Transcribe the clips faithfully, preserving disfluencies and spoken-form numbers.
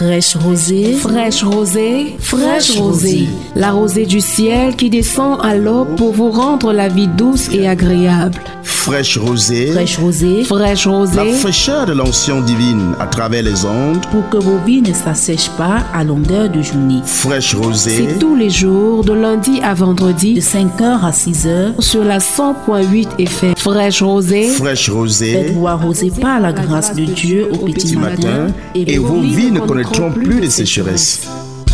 Fraîche rosée, fraîche rosée, fraîche rosée. La rosée du ciel qui descend à l'aube pour vous rendre la vie douce et agréable. Fraîche rosée, Fraîche rosée, fraîche rosée. La fraîcheur de l'onction divine à travers les ondes. Pour que vos vies ne s'assèchent pas à longueur de journée. Fraîche rosée. C'est tous les jours, de lundi à vendredi, de cinq heures à six heures, sur la cent point huit F M. Fraîche rosée. Fraîche rosée. Faites-vous arroser par la grâce de Dieu au petit matin, et, et vos vies ne connaîtront plus de sécheresse.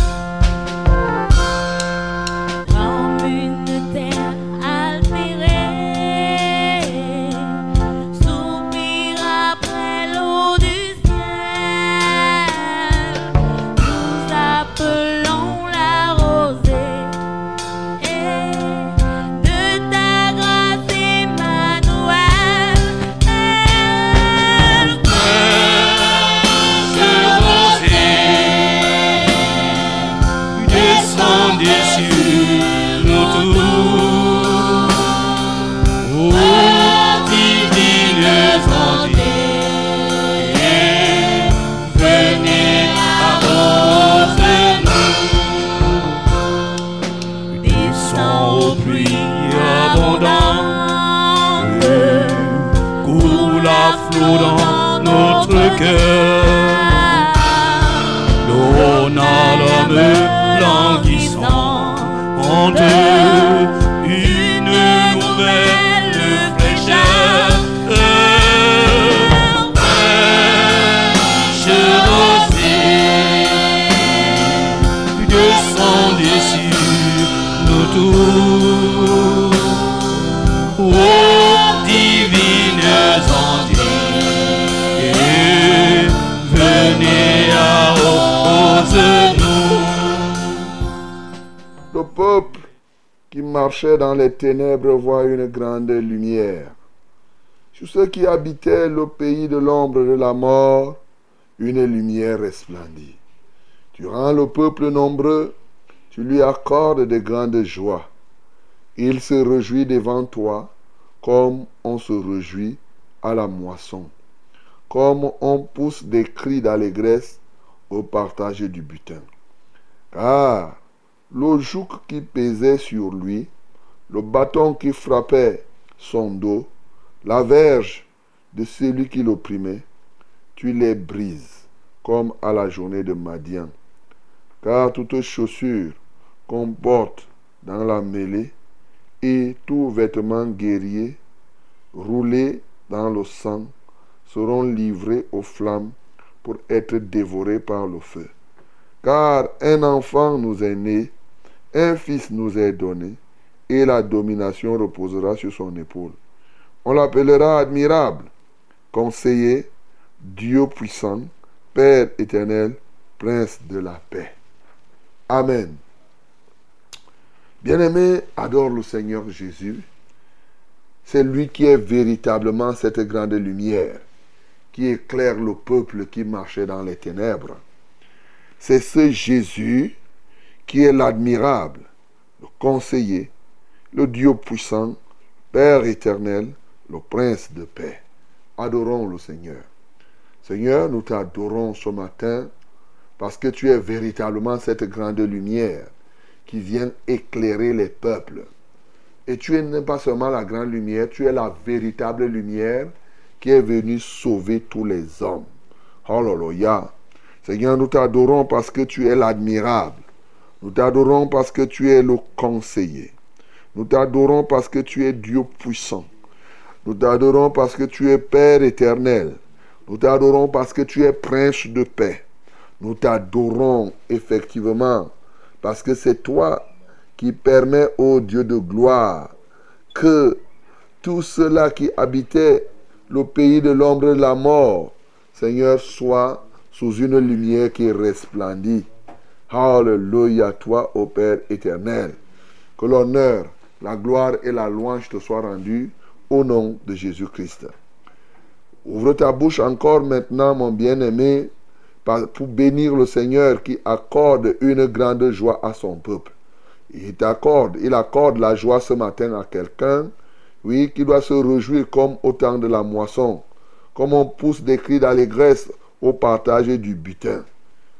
Dans notre cœur, donne à l'homme languissant une nouvelle fraîcheur. Fraîche rosée, descendez sur nous tous, ô divines ondes. Le peuple qui marchait dans les ténèbres voit une grande lumière. Sur ceux qui habitaient le pays de l'ombre de la mort, une lumière resplendit. Tu rends le peuple nombreux, tu lui accordes de grandes joies. Il se réjouit devant toi comme on se réjouit à la moisson, comme on pousse des cris d'allégresse au partage du butin. Car le joug qui pesait sur lui, le bâton qui frappait son dos, la verge de celui qui l'opprimait, tu les brises comme à la journée de Madian. Car toute chaussure qu'on porte dans la mêlée et tout vêtement guerrier roulé dans le sang seront livrés aux flammes pour être dévorés par le feu. Car un enfant nous est né, un fils nous est donné, et la domination reposera sur son épaule. On l'appellera admirable, conseiller, Dieu puissant, Père éternel, Prince de la paix. Amen. Bien-aimé, adore le Seigneur Jésus. C'est lui qui est véritablement cette grande lumière qui éclaire le peuple qui marchait dans les ténèbres. C'est ce Jésus qui est l'admirable, le conseiller, le Dieu puissant, Père éternel, le Prince de paix. Adorons le Seigneur. Seigneur, nous t'adorons ce matin parce que tu es véritablement cette grande lumière qui vient éclairer les peuples. Et tu n'es pas seulement la grande lumière, tu es la véritable lumière qui est venue sauver tous les hommes. Alléluia. Seigneur, nous t'adorons parce que tu es l'admirable. Nous t'adorons parce que tu es le conseiller. Nous t'adorons parce que tu es Dieu puissant. Nous t'adorons parce que tu es Père éternel. Nous t'adorons parce que tu es Prince de paix. Nous t'adorons effectivement parce que c'est toi qui permets, ô Dieu de gloire, que tous ceux-là qui habitaient le pays de l'ombre de la mort, Seigneur, soient sous une lumière qui resplendit. Alléluia, toi, ô Père éternel. Que l'honneur, la gloire et la louange te soient rendus au nom de Jésus-Christ. Ouvre ta bouche encore maintenant, mon bien-aimé, pour bénir le Seigneur qui accorde une grande joie à son peuple. Il t'accorde, il accorde la joie ce matin à quelqu'un, oui, qui doit se réjouir comme au temps de la moisson, comme on pousse des cris d'allégresse au partage du butin.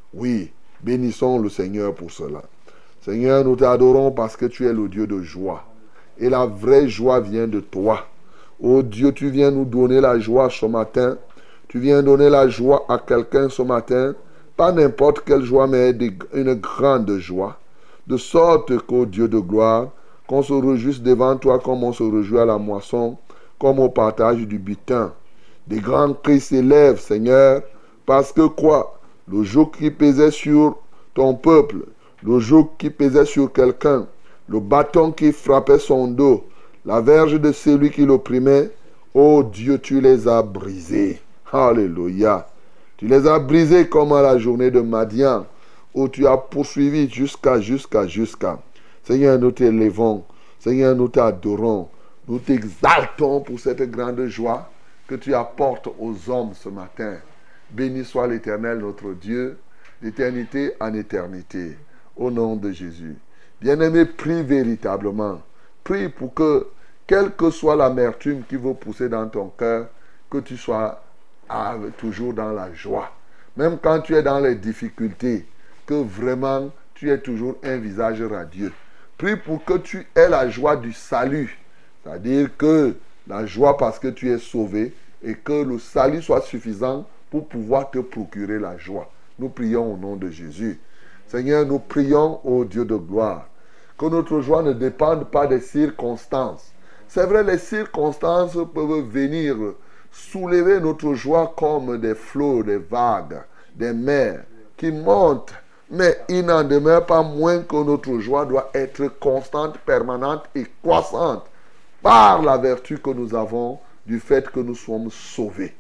Oui, bénissons le Seigneur pour cela. Seigneur, nous t'adorons parce que tu es le Dieu de joie. Et la vraie joie vient de toi. Oh Dieu, tu viens nous donner la joie ce matin. Tu viens donner la joie à quelqu'un ce matin. Pas n'importe quelle joie, mais une grande joie. De sorte qu'au Dieu de gloire, qu'on se réjouisse devant toi comme on se réjouit à la moisson, comme au partage du butin. Des grands cris s'élèvent, Seigneur, parce que quoi? Le joug qui pesait sur ton peuple, le joug qui pesait sur quelqu'un, le bâton qui frappait son dos, la verge de celui qui l'opprimait, oh Dieu, tu les as brisés. Alléluia. Tu les as brisés comme à la journée de Madian, où tu as poursuivi jusqu'à, jusqu'à, jusqu'à. Seigneur, nous t'élevons. Seigneur, nous t'adorons. Nous t'exaltons pour cette grande joie que tu apportes aux hommes ce matin. Béni soit l'Éternel, notre Dieu, d'éternité en éternité. Au nom de Jésus. Bien-aimé, prie véritablement. Prie pour que, quelle que soit l'amertume qui veut pousser dans ton cœur, que tu sois ah, toujours dans la joie. Même quand tu es dans les difficultés, que vraiment tu aies toujours un visage radieux. Prie pour que tu aies la joie du salut. C'est-à-dire que la joie parce que tu es sauvé et que le salut soit suffisant pour pouvoir te procurer la joie. Nous prions au nom de Jésus. Seigneur, nous prions au Dieu de gloire. Que notre joie ne dépende pas des circonstances. C'est vrai, les circonstances peuvent venir soulever notre joie comme des flots, des vagues, des mers qui montent. Mais il n'en demeure pas moins que notre joie doit être constante, permanente et croissante par la vertu que nous avons du fait que nous sommes sauvés.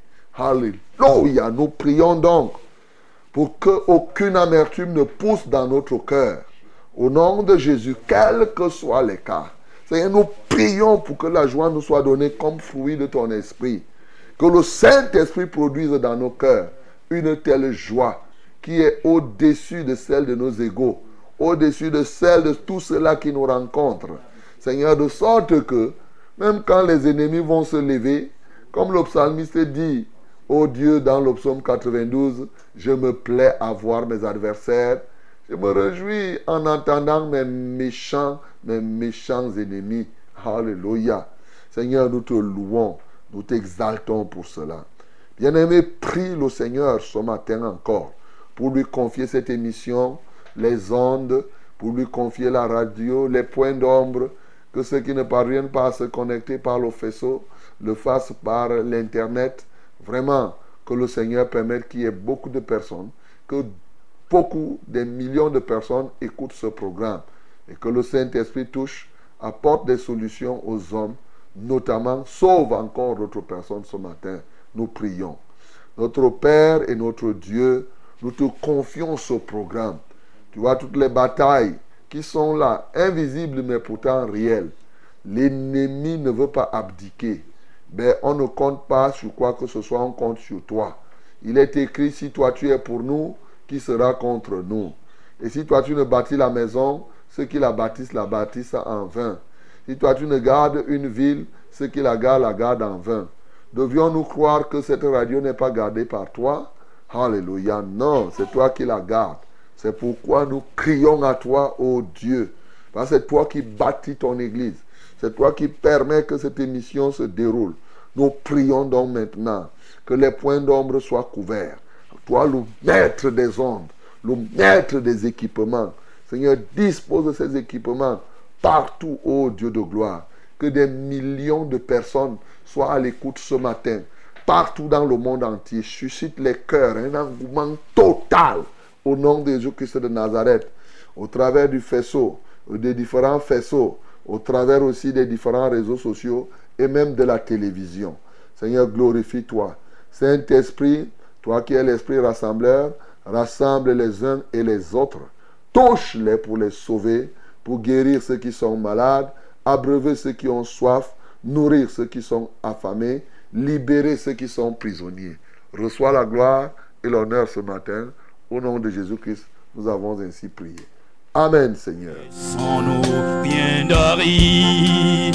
Alléluia. Nous prions donc pour qu'aucune amertume ne pousse dans notre cœur. Au nom de Jésus, quels que soient les cas, Seigneur, nous prions pour que la joie nous soit donnée comme fruit de ton esprit. Que le Saint-Esprit produise dans nos cœurs une telle joie qui est au-dessus de celle de nos égaux, au-dessus de celle de tous ceux-là qui nous rencontrent. Seigneur, de sorte que, même quand les ennemis vont se lever, comme le psalmiste dit, ô Dieu, dans le psaume quatre-vingt-douze, je me plais à voir mes adversaires. Je me réjouis en entendant mes méchants, mes méchants ennemis. Alléluia. Seigneur, nous te louons, nous t'exaltons pour cela. Bien-aimé, prie le Seigneur ce matin encore pour lui confier cette émission, les ondes, pour lui confier la radio, les points d'ombre, que ceux qui ne parviennent pas à se connecter par le faisceau le fassent par l'Internet. Vraiment, que le Seigneur permette qu'il y ait beaucoup de personnes, que beaucoup, des millions de personnes écoutent ce programme et que le Saint-Esprit touche, apporte des solutions aux hommes, notamment sauve encore d'autres personnes ce matin. Nous prions. Notre Père et notre Dieu, nous te confions ce programme. Tu vois toutes les batailles qui sont là, invisibles mais pourtant réelles. L'ennemi ne veut pas abdiquer. Mais on ne compte pas sur quoi que ce soit, on compte sur toi. Il est écrit, si toi tu es pour nous, qui sera contre nous? Et si toi tu ne bâtis la maison, ceux qui la bâtissent, la bâtissent en vain. Si toi tu ne gardes une ville, ceux qui la gardent, la gardent en vain. Devions-nous croire que cette radio n'est pas gardée par toi? Alléluia. Non, c'est toi qui la gardes. C'est pourquoi nous crions à toi, ô Dieu. Parce que c'est toi qui bâtis ton église. C'est toi qui permets que cette émission se déroule. Nous prions donc maintenant que les points d'ombre soient couverts. Toi, le maître des ondes, le maître des équipements. Seigneur, dispose de ces équipements partout, ô Dieu de gloire. Que des millions de personnes soient à l'écoute ce matin. Partout dans le monde entier, suscite les cœurs, un engouement total au nom de Jésus-Christ de Nazareth, au travers du faisceau, des différents faisceaux, au travers aussi des différents réseaux sociaux et même de la télévision. Seigneur, glorifie-toi. Saint-Esprit, toi qui es l'Esprit rassembleur, rassemble les uns et les autres. Touche-les pour les sauver, pour guérir ceux qui sont malades, abreuver ceux qui ont soif, nourrir ceux qui sont affamés, libérer ceux qui sont prisonniers. Reçois la gloire et l'honneur ce matin. Au nom de Jésus-Christ, nous avons ainsi prié. Amen, Seigneur. Sans nos biens d'arides,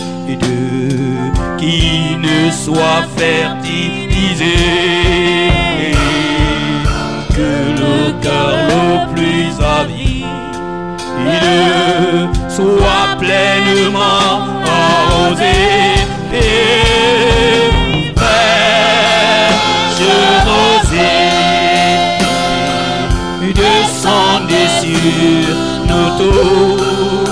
qui ne soient fertilisés, que le cœur le pleinement arrosé. Fraîche rosée, descendez sur nous tous.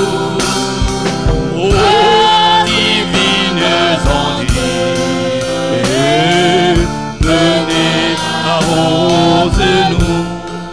Oh, divines ondes, venez, arrose-nous.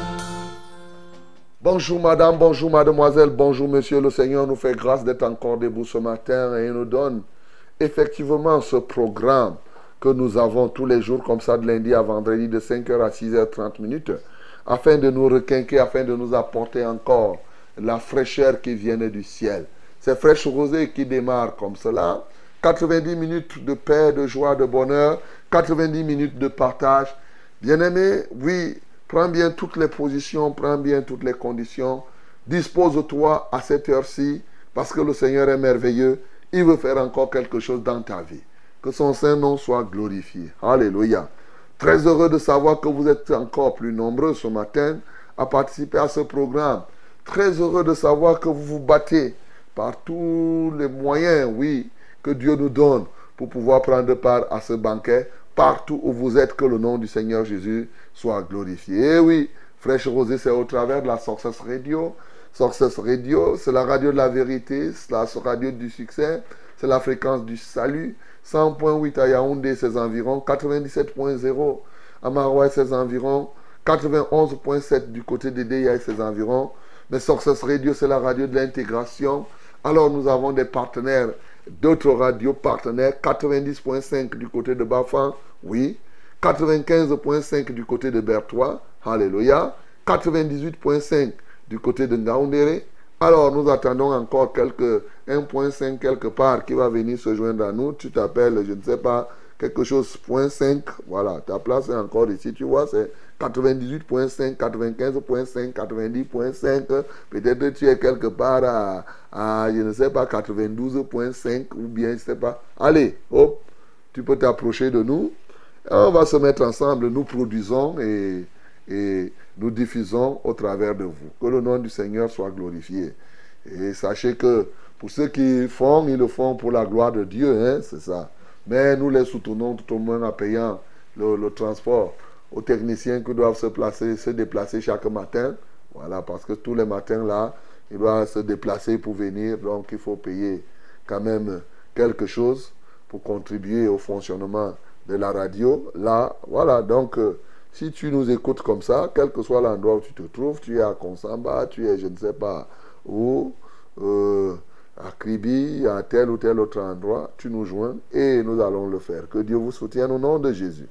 Bonjour madame, bonjour mademoiselle, bonjour monsieur. Le Seigneur nous fait grâce d'être encore debout ce matin et il nous donne effectivement ce programme que nous avons tous les jours comme ça de lundi à vendredi de cinq heures à six heures trente minutes afin de nous requinquer, afin de nous apporter encore la fraîcheur qui vient du ciel. Ces fraîches rosées qui démarrent comme cela, quatre-vingt-dix minutes de paix, de joie, de bonheur, quatre-vingt-dix minutes de partage. Bien-aimé, oui, prends bien toutes les positions, prends bien toutes les conditions. Dispose-toi à cette heure-ci parce que le Seigneur est merveilleux. Il veut faire encore quelque chose dans ta vie. Que son Saint-Nom soit glorifié. Alléluia. Très heureux de savoir que vous êtes encore plus nombreux ce matin à participer à ce programme. Très heureux de savoir que vous vous battez par tous les moyens, oui, que Dieu nous donne pour pouvoir prendre part à ce banquet. Partout où vous êtes, que le nom du Seigneur Jésus soit glorifié. Et oui, Fraîche Rosée, c'est au travers de la Success Radio. Success Radio, c'est la radio de la vérité, c'est la radio du succès, c'est la fréquence du salut. cent point huit à Yaoundé, ses environs, quatre-vingt-dix-sept point zéro à Maroua, ses environs, quatre-vingt-onze point sept du côté de Déa et ses environs. Mais Success Radio, c'est la radio de l'intégration. Alors nous avons des partenaires, d'autres radios partenaires, quatre-vingt-dix point cinq du côté de Bafan, oui, quatre-vingt-quinze point cinq du côté de Bertois, alléluia, quatre-vingt-dix-huit point cinq du côté de Ngaoundéré. Alors nous attendons encore quelques un point cinq quelque part qui va venir se joindre à nous. Tu t'appelles, je ne sais pas, quelque chose point cinq, voilà, ta place est encore ici, tu vois, c'est quatre-vingt-dix-huit point cinq, quatre-vingt-quinze point cinq, quatre-vingt-dix point cinq, peut-être que tu es quelque part à, à je ne sais pas, quatre-vingt-douze point cinq ou bien, je ne sais pas. Allez, hop, tu peux t'approcher de nous. On va se mettre ensemble, nous produisons et, et nous diffusons au travers de vous. Que le nom du Seigneur soit glorifié. Et sachez que pour ceux qui font, ils le font pour la gloire de Dieu, hein, c'est ça. Mais nous les soutenons tout au moins en payant le, le transport aux techniciens qui doivent se placer, se déplacer chaque matin. Voilà, parce que tous les matins là, ils doivent se déplacer pour venir. Donc il faut payer quand même quelque chose pour contribuer au fonctionnement de la radio. Là, voilà, donc euh, si tu nous écoutes comme ça, quel que soit l'endroit où tu te trouves, tu es à Konsamba, tu es je ne sais pas où, euh, à Kribi, à tel ou tel autre endroit, tu nous joins et nous allons le faire. Que Dieu vous soutienne au nom de Jésus.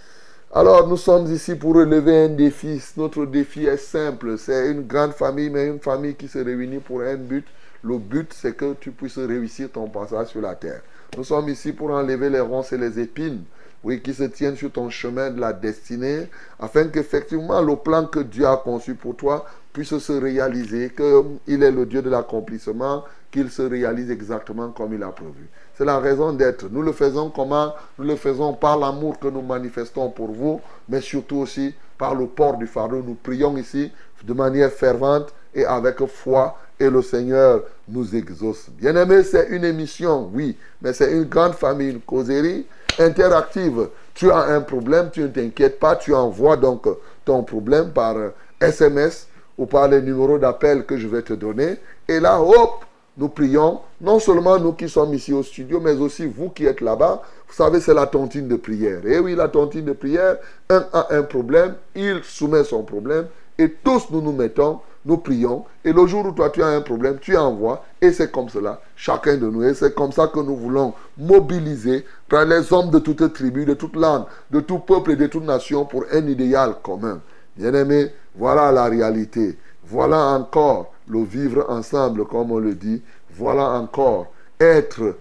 Alors, nous sommes ici pour relever un défi. Notre défi est simple. C'est une grande famille, mais une famille qui se réunit pour un but. Le but, c'est que tu puisses réussir ton passage sur la terre. Nous sommes ici pour enlever les ronces et les épines, oui, qui se tiennent sur ton chemin de la destinée, afin qu'effectivement le plan que Dieu a conçu pour toi puisse se réaliser, qu'il est le Dieu de l'accomplissement, qu'il se réalise exactement comme il a prévu. C'est la raison d'être. Nous le faisons comment? Nous le faisons par l'amour que nous manifestons pour vous, mais surtout aussi par le port du fardeau. Nous prions ici de manière fervente et avec foi, et le Seigneur nous exauce. Bien-aimé, c'est une émission, oui, mais c'est une grande famille, une causerie interactive. Tu as un problème, tu ne t'inquiètes pas, tu envoies donc ton problème par S M S ou par les numéros d'appel que je vais te donner. Et là, hop, nous prions, non seulement nous qui sommes ici au studio, mais aussi vous qui êtes là-bas. Vous savez, c'est la tontine de prière. Et oui, la tontine de prière, un a un problème, il soumet son problème, et tous nous nous mettons, nous prions, et le jour où toi tu as un problème, tu envoies, et c'est comme cela, chacun de nous, et c'est comme ça que nous voulons mobiliser par les hommes de toute tribu, de toute langue, de tout peuple et de toute nation pour un idéal commun. Bien-aimés, voilà la réalité. Voilà encore le vivre ensemble, comme on le dit. Voilà encore être,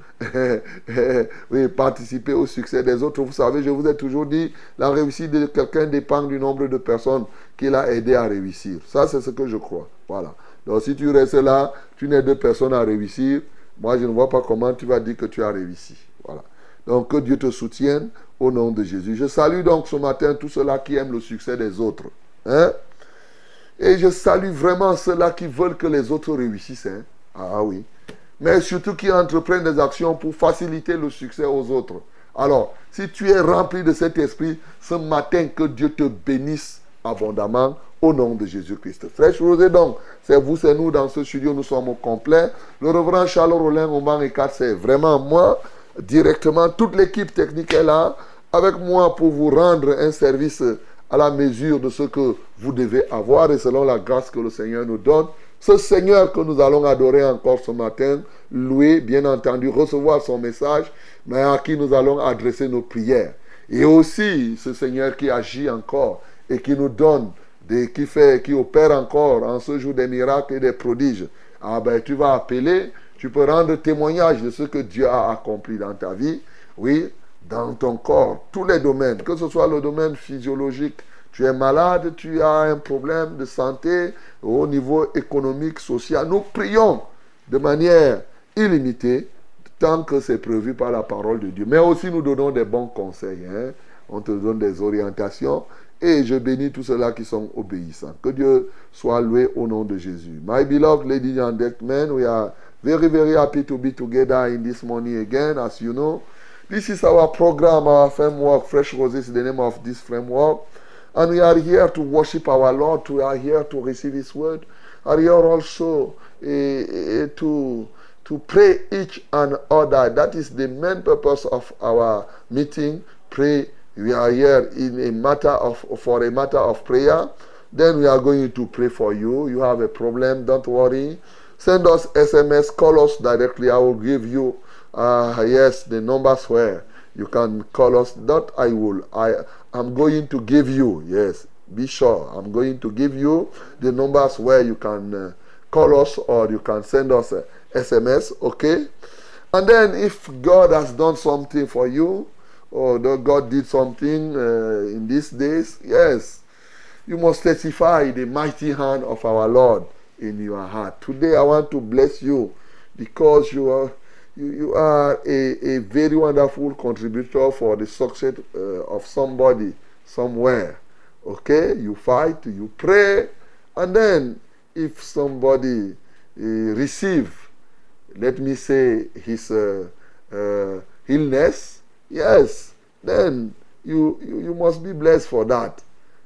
oui, participer au succès des autres. Vous savez, je vous ai toujours dit, la réussite de quelqu'un dépend du nombre de personnes qu'il a aidé à réussir. Ça, c'est ce que je crois. Voilà. Donc, si tu restes là, tu n'as deux personnes à réussir, moi, je ne vois pas comment tu vas dire que tu as réussi. Voilà. Donc, que Dieu te soutienne au nom de Jésus. Je salue donc ce matin tous ceux-là qui aiment le succès des autres. Hein? Et je salue vraiment ceux-là qui veulent que les autres réussissent. Hein? Ah oui. mais surtout qui entreprennent des actions pour faciliter le succès aux autres. Alors, si tu es rempli de cet esprit, ce matin, que Dieu te bénisse abondamment au nom de Jésus-Christ. Fraîche Rosée, donc, c'est vous, c'est nous dans ce studio, nous sommes au complet. Le reverend Charles Rollin, Oman et quatre, c'est vraiment moi, directement. Toute l'équipe technique est là, avec moi pour vous rendre un service à la mesure de ce que vous devez avoir et selon la grâce que le Seigneur nous donne. Ce Seigneur que nous allons adorer encore ce matin, louer, bien entendu, recevoir son message, mais à qui nous allons adresser nos prières. Et aussi ce Seigneur qui agit encore et qui nous donne, des, qui fait, qui opère encore en ce jour des miracles et des prodiges. Ah ben tu vas appeler, tu peux rendre témoignage de ce que Dieu a accompli dans ta vie, oui, dans ton corps, tous les domaines, que ce soit le domaine physiologique. Tu es malade, tu as un problème de santé au niveau économique, social. Nous prions de manière illimitée tant que c'est prévu par la parole de Dieu. Mais aussi nous donnons des bons conseils. Hein? On te donne des orientations et je bénis tous ceux-là qui sont obéissants. Que Dieu soit loué au nom de Jésus. My beloved ladies and gentlemen, we are very, very happy to be together in this morning again, as you know. This is our program, our framework. Fresh Roses is the name of this framework. And we are here to worship our Lord. We are here to receive His word. We are here also uh, uh, to, to pray each and other. That is the main purpose of our meeting. Pray. We are here in a matter of, for a matter of prayer. Then we are going to pray for you. You have a problem, don't worry. Send us S M S, call us directly. I will give you, uh, yes, the numbers where you can call us. That I will. I am going to give you. Yes, be sure. I'm going to give you the numbers where you can uh, call us or you can send us a S M S. Okay. And then if God has done something for you, or God did something uh, in these days, yes, you must testify the mighty hand of our Lord in your heart. Today I want to bless you because you are you, you are a, a very wonderful contributor for the success uh, of somebody somewhere. Okay, you fight, you pray, and then if somebody uh, receive, let me say, his uh, uh, illness, yes, then you, you you must be blessed for that.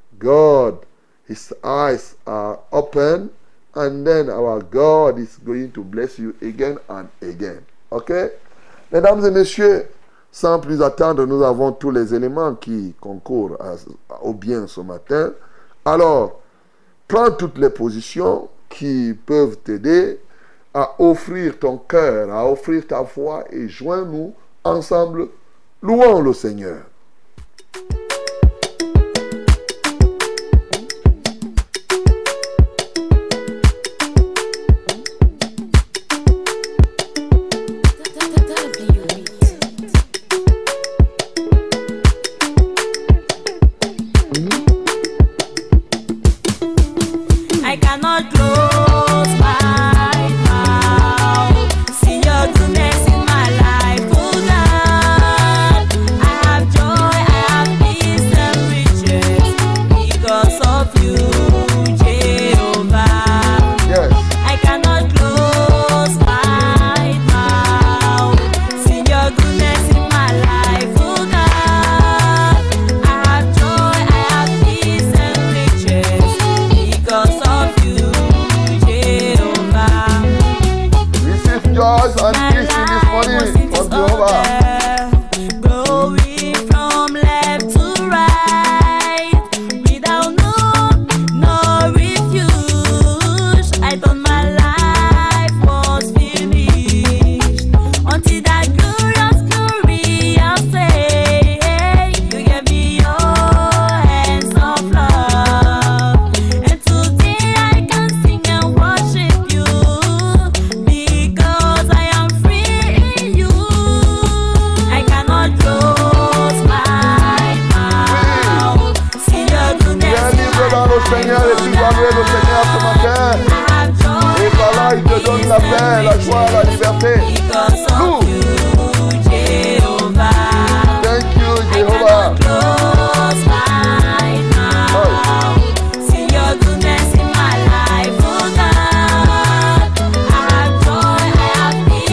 God, His eyes are open, and then our God is going to bless you again and again. Ok? Mesdames et messieurs, sans plus attendre, nous avons tous les éléments qui concourent à, au bien ce matin. Alors, prends toutes les positions qui peuvent t'aider à offrir ton cœur, à offrir ta foi et joins-nous ensemble. Louons le Seigneur. I cannot close my mouth. See your goodness in my life, oh God. I have joy, I have peace and riches because of you, Jehovah. Yes. I cannot close my mouth. See your goodness in my life, oh God. I have joy, I have peace and riches because of you, Jehovah. Receive joy and peace in this morning from Jehovah. Going from left to right, without no, no refuge. I thought my life was finished until that glorious, glorious day. You gave me your hands of love, and today I can sing and worship you because I am free in you. I cannot close my mouth. See your goodness Viens in libre dans my le Seigneur et tu life. vas louer le Seigneur ce matin. I have joy, Et par là, il te donne la paix, la joie, la liberté. because of Loue. you, Jehovah. Thank you, I Jehovah. cannot close my mouth. See your goodness in my life, oh God. I have joy, I have peace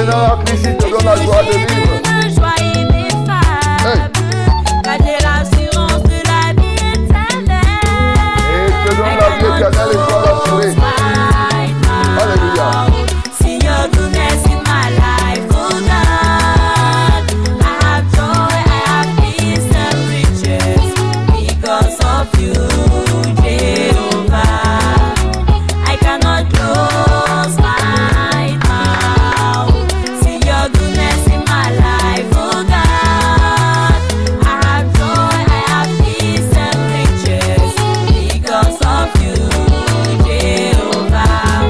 maintenant la Christ, il te donne la joie de vivre. Une joie ineffable, car j'ai l'assurance de la vie éternelle. Et il te donne la vie éternelle et sois rassuré. Alléluia. See your goodness in my life, oh God. I have joy, I have peace and riches because of you, Jehovah. I cannot close my mouth. See your goodness in my life, oh God. I have joy, I have peace and riches because of you, Jehovah.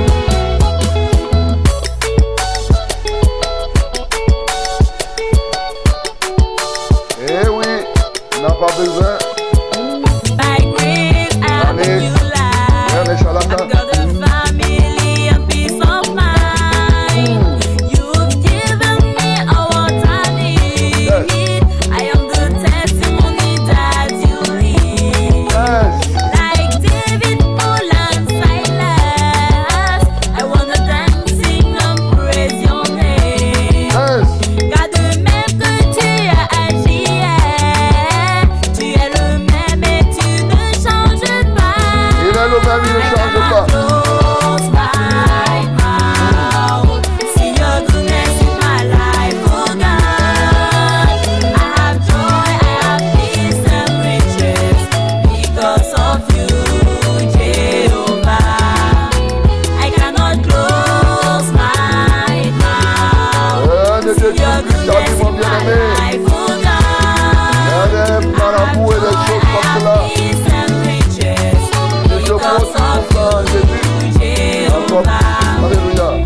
Eh oui, on n'a pas besoin. By grace, I have a Amen. new life. Frère les Chalaka. I've got a family and peace of mind. You've given me all what I need. Yes. I am the testimony that you lead. Yes. Like David, Paul, and Silas, I wanna dance, sing and praise your name. Yes. Car de même que tu as agi hier, tu es le même et tu ne changes pas. Il est le même, il ne change pas. Close my mouth. See your goodness in my life, oh God. I have joy, I have peace and riches because of you, Jehovah. I cannot close my mouth. Euh, ne te See your dis plus ta vie, goodness mon in my bien-aimé. life, oh Il y a God. des marabouts et des choses comme cela. Peace and riches Je te pose because tout of ça en Jésus. you, Encore. Jehovah. Alléluia.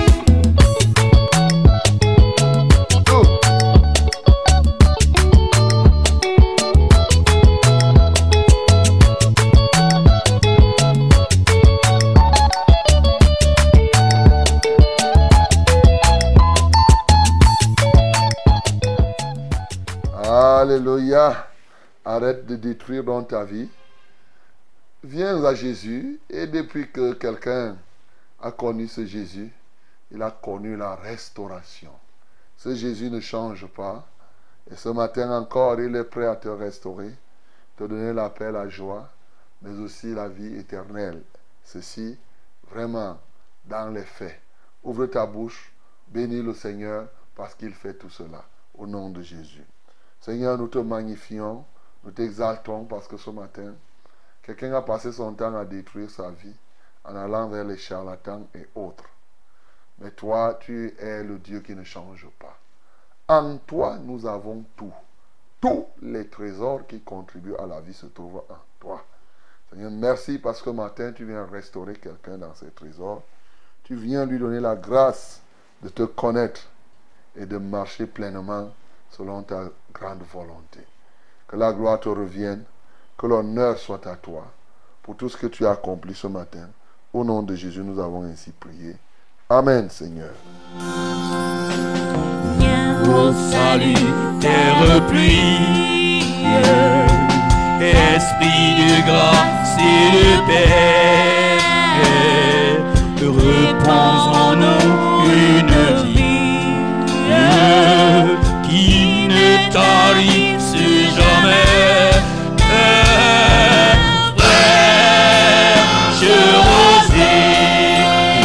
Tout. Alléluia. Arrête de détruire dans ta vie. Viens à Jésus et depuis que quelqu'un a connu ce Jésus, il a connu la restauration. Ce Jésus ne change pas. Et ce matin encore, il est prêt à te restaurer, te donner la paix, la joie, mais aussi la vie éternelle. Ceci, vraiment, dans les faits. Ouvre ta bouche, bénis le Seigneur parce qu'il fait tout cela. Au nom de Jésus. Seigneur, nous te magnifions, nous t'exaltons parce que ce matin, quelqu'un a passé son temps à détruire sa vie en allant vers les charlatans et autres. Mais toi, tu es le Dieu qui ne change pas. En toi, nous avons tout. Tous les trésors qui contribuent à la vie se trouvent en toi. Seigneur, merci parce que matin, tu viens restaurer quelqu'un dans ses trésors. Tu viens lui donner la grâce de te connaître et de marcher pleinement selon ta grande volonté. Que la gloire te revienne, que l'honneur soit à toi pour tout ce que tu as accompli ce matin. Au nom de Jésus, nous avons ainsi prié. Amen, Seigneur. Au salut, terre pluie, esprit de grâce et de paix, repose en nous une vie qui ne tarisse jamais. Frère, je rosée,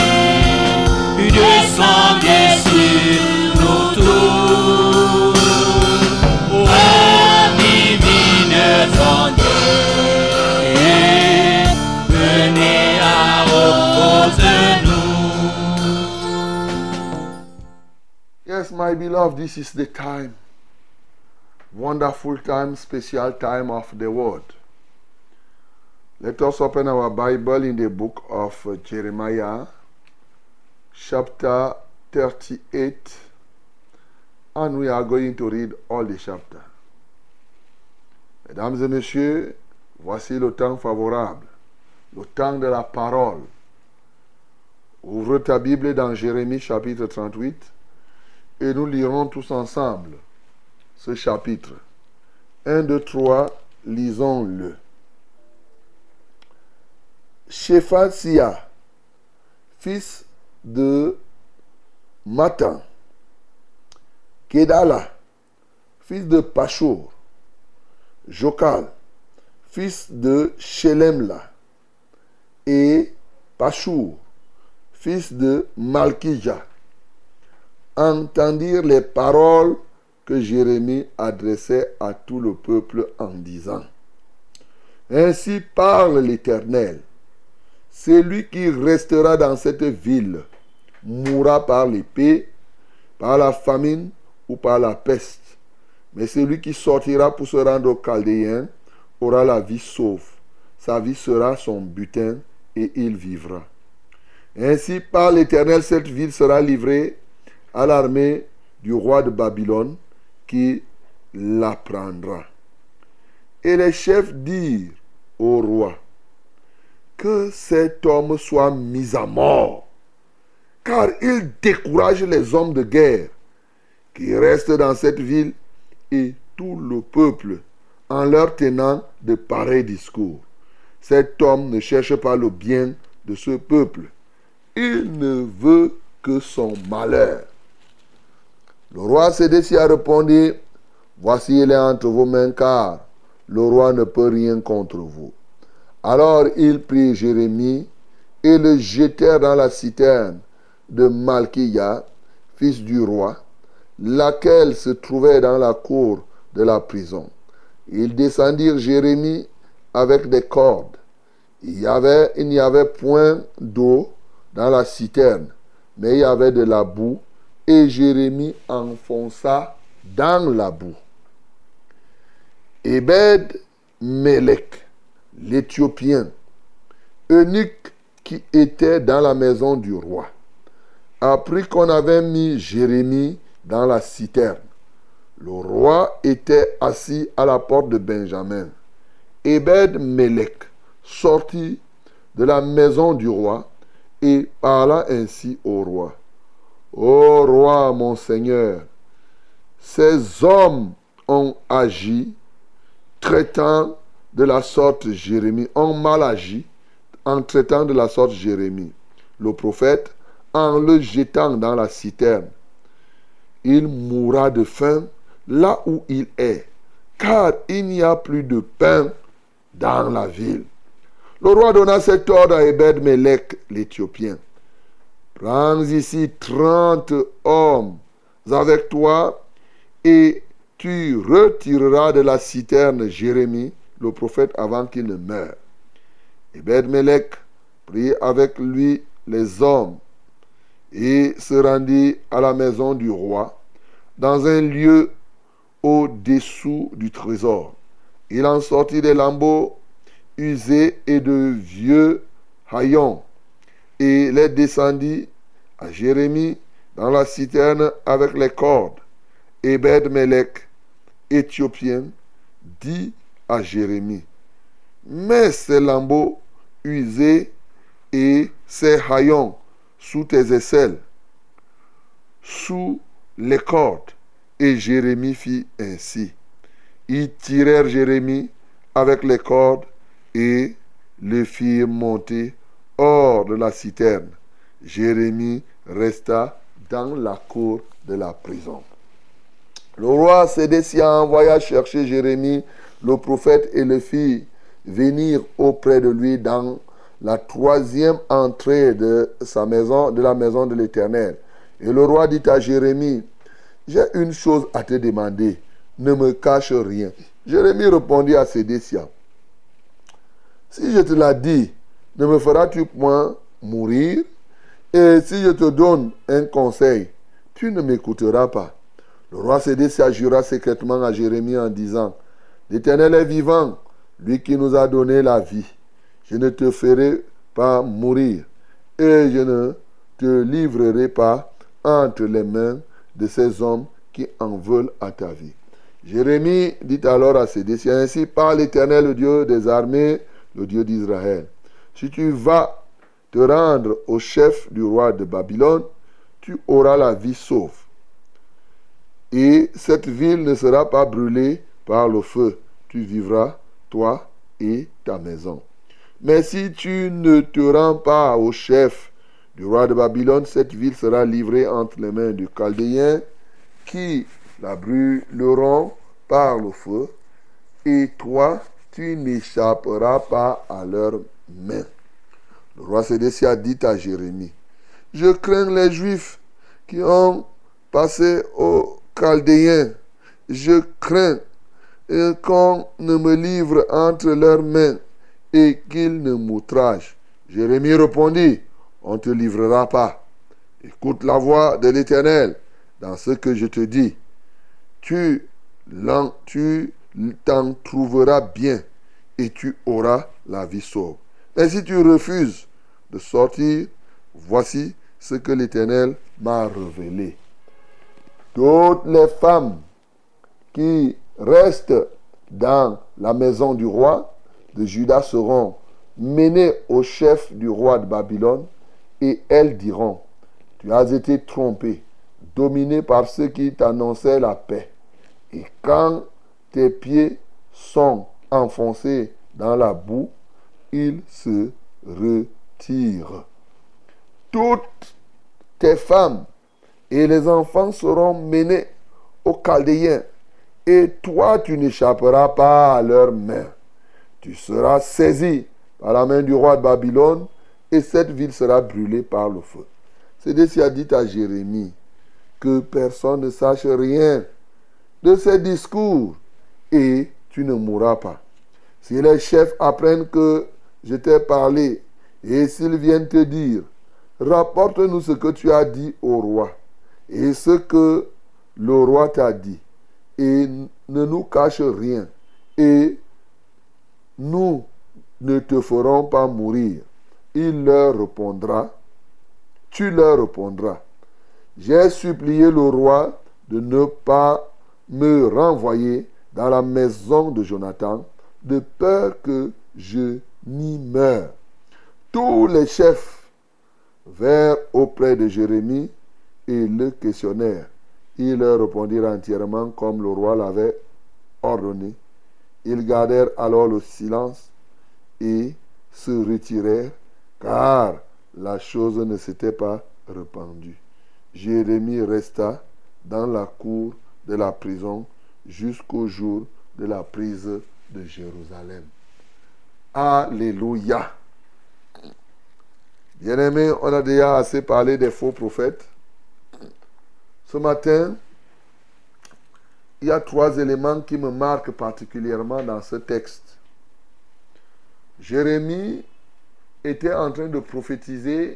descendez sur nos tours, ô divines ondes, et venez à reposer-nous. Yes, my beloved, this is the time. Wonderful time, special time of the word. Let us open our Bible in the book of uh, Jeremiah, chapter thirty-eight, and we are going to read all the chapter. Mesdames et messieurs, voici le temps favorable, le temps de la parole. Ouvre ta Bible dans Jérémie chapitre trente-huit et nous lirons tous ensemble ce chapitre. un, deux, trois, lisons-le. Shephatia, fils de Matan, Kedala, fils de Pashur, Jokal, fils de Shelemla, et Pashur, fils de Malkija, entendirent les paroles que Jérémie adressait à tout le peuple en disant: Ainsi parle l'Éternel, celui qui restera dans cette ville mourra par l'épée, par la famine ou par la peste. Mais celui qui sortira pour se rendre aux Chaldéens aura la vie sauve. Sa vie sera son butin et il vivra. Ainsi par l'Éternel, cette ville sera livrée à l'armée du roi de Babylone qui la prendra. Et les chefs dirent au roi: Que cet homme soit mis à mort, car il décourage les hommes de guerre qui restent dans cette ville et tout le peuple en leur tenant de pareils discours. Cet homme ne cherche pas le bien de ce peuple. Il ne veut que son malheur. Le roi Sédécia répondit: Voici, il est entre vos mains, car le roi ne peut rien contre vous. Alors il prit Jérémie et le jetèrent dans la citerne de Malkiya, fils du roi, laquelle se trouvait dans la cour de la prison. Ils descendirent Jérémie avec des cordes. Il y avait, il n'y avait point d'eau dans la citerne, mais il y avait de la boue, et Jérémie enfonça dans la boue. Ebed-Mélec, l'Éthiopien, eunuque qui était dans la maison du roi, apprit qu'on avait mis Jérémie dans la citerne. Le roi était assis à la porte de Benjamin. Ebed-Mélec sortit de la maison du roi et parla ainsi au roi: Ô roi, mon Seigneur, ces hommes ont agi traitant de la sorte Jérémie, ont mal agi en traitant de la sorte Jérémie, le prophète, en le jetant dans la citerne. Il mourra de faim là où il est, car il n'y a plus de pain dans la ville. Le roi donna cet ordre à Ebed-Mélec, l'Éthiopien: Prends ici trente hommes avec toi et tu retireras de la citerne Jérémie, le prophète, avant qu'il ne meure. Ebed-Mélec prit avec lui les hommes et se rendit à la maison du roi, dans un lieu au-dessous du trésor. Il en sortit des lambeaux usés et de vieux haillons, et les descendit à Jérémie dans la citerne avec les cordes. Ebed-Mélec, Éthiopien, dit à Jérémie: Mets ces lambeaux usés et ces haillons sous tes aisselles, sous les cordes. Et Jérémie fit ainsi. Ils tirèrent Jérémie avec les cordes et le firent monter hors de la citerne. Jérémie resta dans la cour de la prison. Le roi Sédécia envoya chercher Jérémie, le prophète, et le fit venir auprès de lui dans la troisième entrée de sa maison, de la maison de l'Éternel. Et le roi dit à Jérémie: J'ai une chose à te demander, ne me cache rien. Jérémie répondit à Sédécia: Si je te l'ai dit, ne me feras-tu point mourir? Et si je te donne un conseil, tu ne m'écouteras pas. Le roi Sédécia jura secrètement à Jérémie en disant: L'Éternel est vivant, lui qui nous a donné la vie. Je ne te ferai pas mourir, et je ne te livrerai pas entre les mains de ces hommes qui en veulent à ta vie. Jérémie dit alors à Sédécia: Ainsi parle l'Éternel, le Dieu des armées, le Dieu d'Israël. Si tu vas te rendre au chef du roi de Babylone, tu auras la vie sauve. Et cette ville ne sera pas brûlée par le feu. Tu vivras, toi et ta maison. Mais si tu ne te rends pas au chef du roi de Babylone, cette ville sera livrée entre les mains du Chaldéen qui la brûleront par le feu, et toi, tu n'échapperas pas à leurs mains. Le roi Sédécia dit à Jérémie, je crains les Juifs qui ont passé aux Chaldéens. Je crains qu'on ne me livre entre leurs mains et qu'ils ne m'outragent. Jérémie répondit, on ne te livrera pas. Écoute la voix de l'Éternel dans ce que je te dis. Tu, tu t'en trouveras bien et tu auras la vie sauve. Mais si tu refuses de sortir, voici ce que l'Éternel m'a révélé. Toutes les femmes qui restent dans la maison du roi de Juda seront menées au chef du roi de Babylone, et elles diront, tu as été trompé, dominé par ceux qui t'annonçaient la paix. Et quand tes pieds sont enfoncés dans la boue, ils se retirent. Toutes tes femmes et les enfants seront menés aux Chaldéens, et toi tu n'échapperas pas à leurs mains. Tu seras saisi par la main du roi de Babylone, et cette ville sera brûlée par le feu. Sédécia dit à Jérémie que personne ne sache rien de ces discours, et tu ne mourras pas. Si les chefs apprennent que je t'ai parlé, et s'ils viennent te dire, rapporte-nous ce que tu as dit au roi, et ce que le roi t'a dit, et ne nous cache rien, et nous ne te ferons pas mourir. Il leur répondra, tu leur répondras, j'ai supplié le roi de ne pas me renvoyer dans la maison de Jonathan, de peur que je n'y meure. Tous les chefs vinrent auprès de Jérémie et le questionnèrent. Ils leur répondirent entièrement comme le roi l'avait ordonné. Ils gardèrent alors le silence et se retirèrent, car la chose ne s'était pas répandue. Jérémie resta dans la cour de la prison jusqu'au jour de la prise de Jérusalem. Alléluia. Bien-aimés, on a déjà assez parlé des faux prophètes. Ce matin, il y a trois éléments qui me marquent particulièrement dans ce texte. Jérémie était en train de prophétiser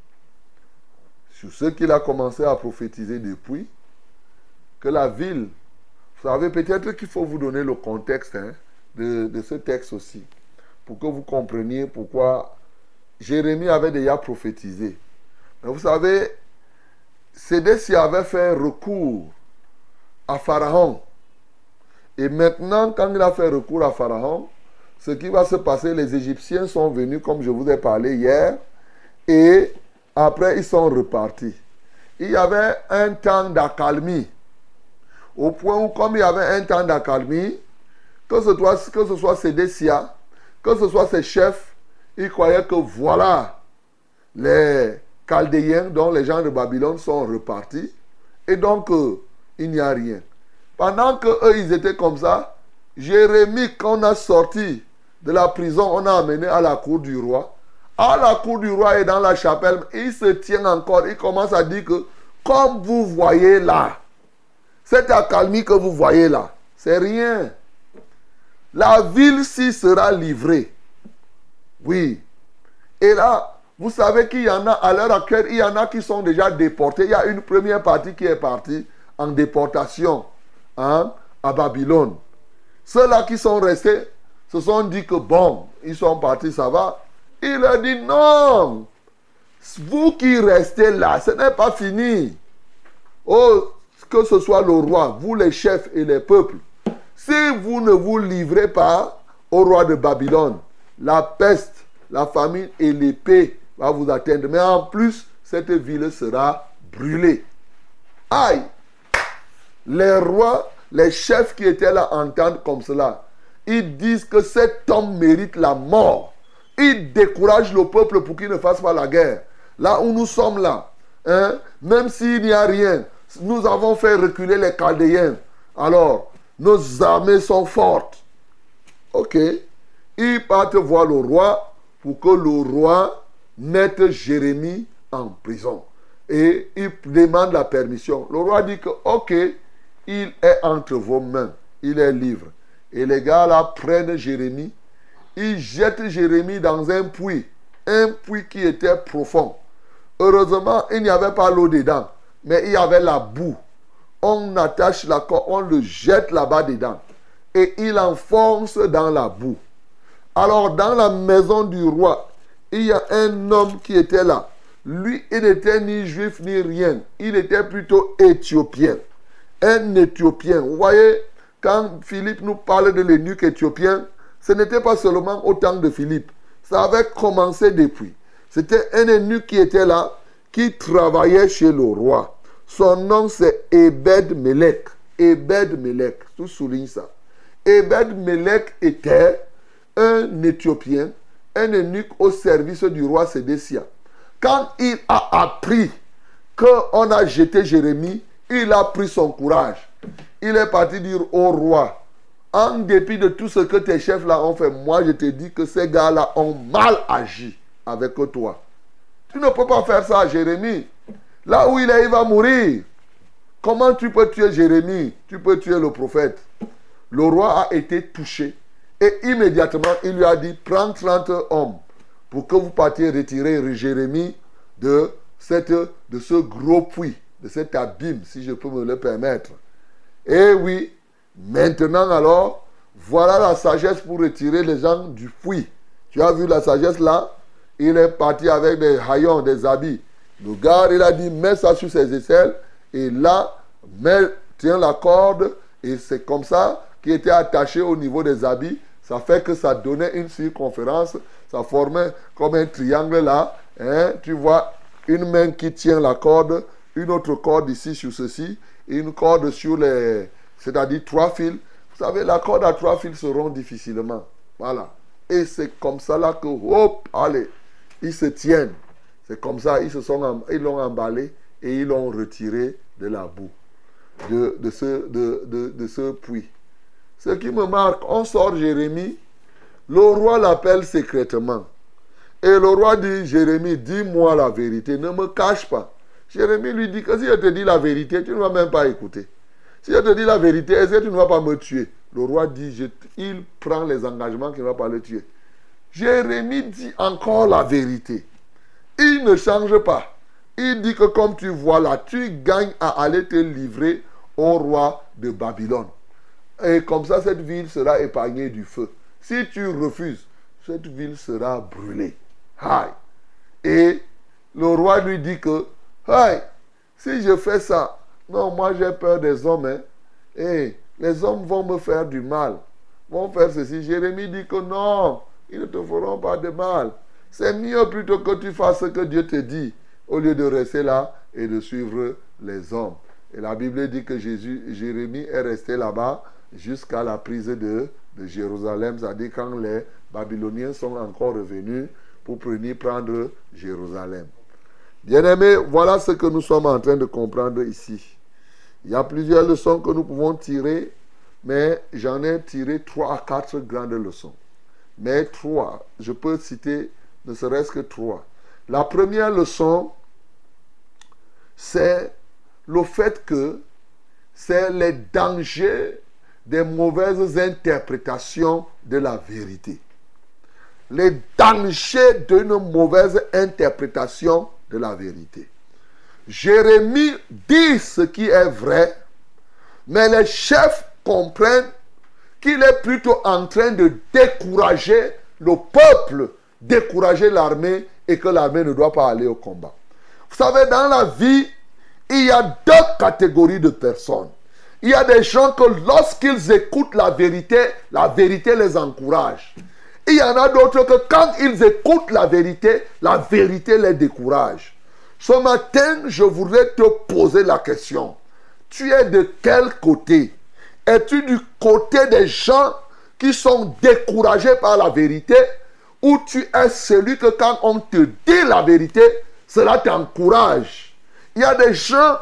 sur ce qu'il a commencé à prophétiser depuis, que la ville, vous savez, peut-être qu'il faut vous donner le contexte hein, de, de ce texte aussi, pour que vous compreniez pourquoi Jérémie avait déjà prophétisé. Mais vous savez, Sédécia avait fait recours à Pharaon. Et maintenant, quand il a fait recours à Pharaon, ce qui va se passer, les Égyptiens sont venus, comme je vous ai parlé hier, et après ils sont repartis. Il y avait un temps d'accalmie, au point où, comme il y avait un temps d'accalmie, que ce soit, que ce soit Sédécia, que ce soit ses chefs, ils croyaient que voilà, les Chaldéens, dont les gens de Babylone, sont repartis, et donc euh, il n'y a rien. Pendant qu'eux, ils étaient comme ça, Jérémie, quand on a sorti de la prison, on a amené à la cour du roi. À la cour du roi et dans la chapelle, il se tient encore, il commence à dire que, comme vous voyez là, cette accalmie que vous voyez là, c'est rien. La ville-ci sera livrée. Oui. Et là, vous savez qu'il y en a, à l'heure actuelle, il y en a qui sont déjà déportés. Il y a une première partie qui est partie en déportation hein, à Babylone. Ceux-là qui sont restés se sont dit que bon, ils sont partis, ça va. Il a dit non, vous qui restez là, ce n'est pas fini. Oh, que ce soit le roi, vous les chefs et les peuples, si vous ne vous livrez pas au roi de Babylone, la peste, la famine et l'épée va vous atteindre. Mais en plus, cette ville sera brûlée. Aïe! Les rois, les chefs qui étaient là entendent comme cela. Ils disent que cet homme mérite la mort. Ils découragent le peuple pour qu'il ne fasse pas la guerre. Là où nous sommes là, hein, même s'il n'y a rien, nous avons fait reculer les Chaldéens. Alors, nos armées sont fortes. Ok. Ils partent voir le roi pour que le roi mette Jérémie en prison. Et il demande la permission. Le roi dit que, ok, il est entre vos mains. Il est libre. Et les gars là prennent Jérémie. Ils jettent Jérémie dans un puits. Un puits qui était profond. Heureusement, il n'y avait pas l'eau dedans. Mais il y avait la boue. On attache la corde, on le jette là-bas dedans. Et il enfonce dans la boue. Alors, dans la maison du roi, il y a un homme qui était là. Lui, il n'était ni juif ni rien. Il était plutôt éthiopien. Un éthiopien. Vous voyez, quand Philippe nous parle de l'eunuque éthiopien, ce n'était pas seulement au temps de Philippe. Ça avait commencé depuis. C'était un eunuque qui était là, qui travaillait chez le roi. Son nom, c'est Ebed-Melech. Ebed-Melech. Tout souligne ça. Ebed-Melech était un Éthiopien, un eunuque au service du roi Sédécia. Quand il a appris qu'on a jeté Jérémie, il a pris son courage. Il est parti dire au roi, en dépit de tout ce que tes chefs là ont fait, moi je te dis que ces gars-là ont mal agi avec toi. Tu ne peux pas faire ça à Jérémie. Là où il est, il va mourir. Comment tu peux tuer Jérémie? Tu peux tuer le prophète. Le roi a été touché. Et immédiatement, il lui a dit, prends trente hommes pour que vous partiez retirer Jérémie de, cette, de ce gros puits, de cet abîme, si je peux me le permettre. Et oui, maintenant alors, voilà la sagesse pour retirer les gens du puits. Tu as vu la sagesse là? Il est parti avec des haillons, des habits. Le gars, il a dit, mets ça sur ses aisselles. Et là, mets, tiens la corde. Et c'est comme ça qui était attaché au niveau des habits. Ça fait que ça donnait une circonférence. Ça formait comme un triangle là. Hein? Tu vois une main qui tient la corde, une autre corde ici sur ceci, et une corde sur les... c'est-à-dire trois fils. Vous savez, la corde à trois fils se rompt difficilement. Voilà. Et c'est comme ça là que, hop, allez, ils se tiennent. C'est comme ça, ils se sont, ils l'ont emballé et ils l'ont retiré de la boue, de, de, ce, de, de, de ce puits. Ce qui me marque, on sort Jérémie, le roi l'appelle secrètement. Et le roi dit, Jérémie, dis-moi la vérité, ne me cache pas. Jérémie lui dit que si je te dis la vérité, tu ne vas même pas écouter. Si je te dis la vérité, est-ce que tu ne vas pas me tuer? Le roi dit, je, il prend les engagements qu'il ne va pas le tuer. Jérémie dit encore la vérité. Il ne change pas. Il dit que comme tu vois là, tu gagnes à aller te livrer au roi de Babylone. Et comme ça, cette ville sera épargnée du feu. Si tu refuses, cette ville sera brûlée. Aïe. Et le roi lui dit que, aïe, si je fais ça, non, moi j'ai peur des hommes. Hein. Et les hommes vont me faire du mal. Vont faire ceci. Jérémie dit que non, ils ne te feront pas de mal. C'est mieux plutôt que tu fasses ce que Dieu te dit, au lieu de rester là et de suivre les hommes. Et la Bible dit que Jésus, Jérémie est resté là-bas jusqu'à la prise de, de Jérusalem, c'est-à-dire quand les Babyloniens sont encore revenus pour venir prendre Jérusalem. Bien-aimés, voilà ce que nous sommes en train de comprendre ici. Il y a plusieurs leçons que nous pouvons tirer, mais j'en ai tiré trois à quatre grandes leçons. Mais trois, je peux citer ne serait-ce que trois. La première leçon, c'est le fait que c'est les dangers des mauvaises interprétations de la vérité. Les dangers d'une mauvaise interprétation de la vérité. Jérémie dit ce qui est vrai, mais les chefs comprennent qu'il est plutôt en train de décourager le peuple, décourager l'armée et que l'armée ne doit pas aller au combat. Vous savez, dans la vie, il y a deux catégories de personnes. Il y a des gens que lorsqu'ils écoutent la vérité, la vérité les encourage. Il y en a d'autres que quand ils écoutent la vérité, la vérité les décourage. Ce matin, je voudrais te poser la question. Tu es de quel côté? Es-tu du côté des gens qui sont découragés par la vérité, ou tu es celui que quand on te dit la vérité, cela t'encourage? Il y a des gens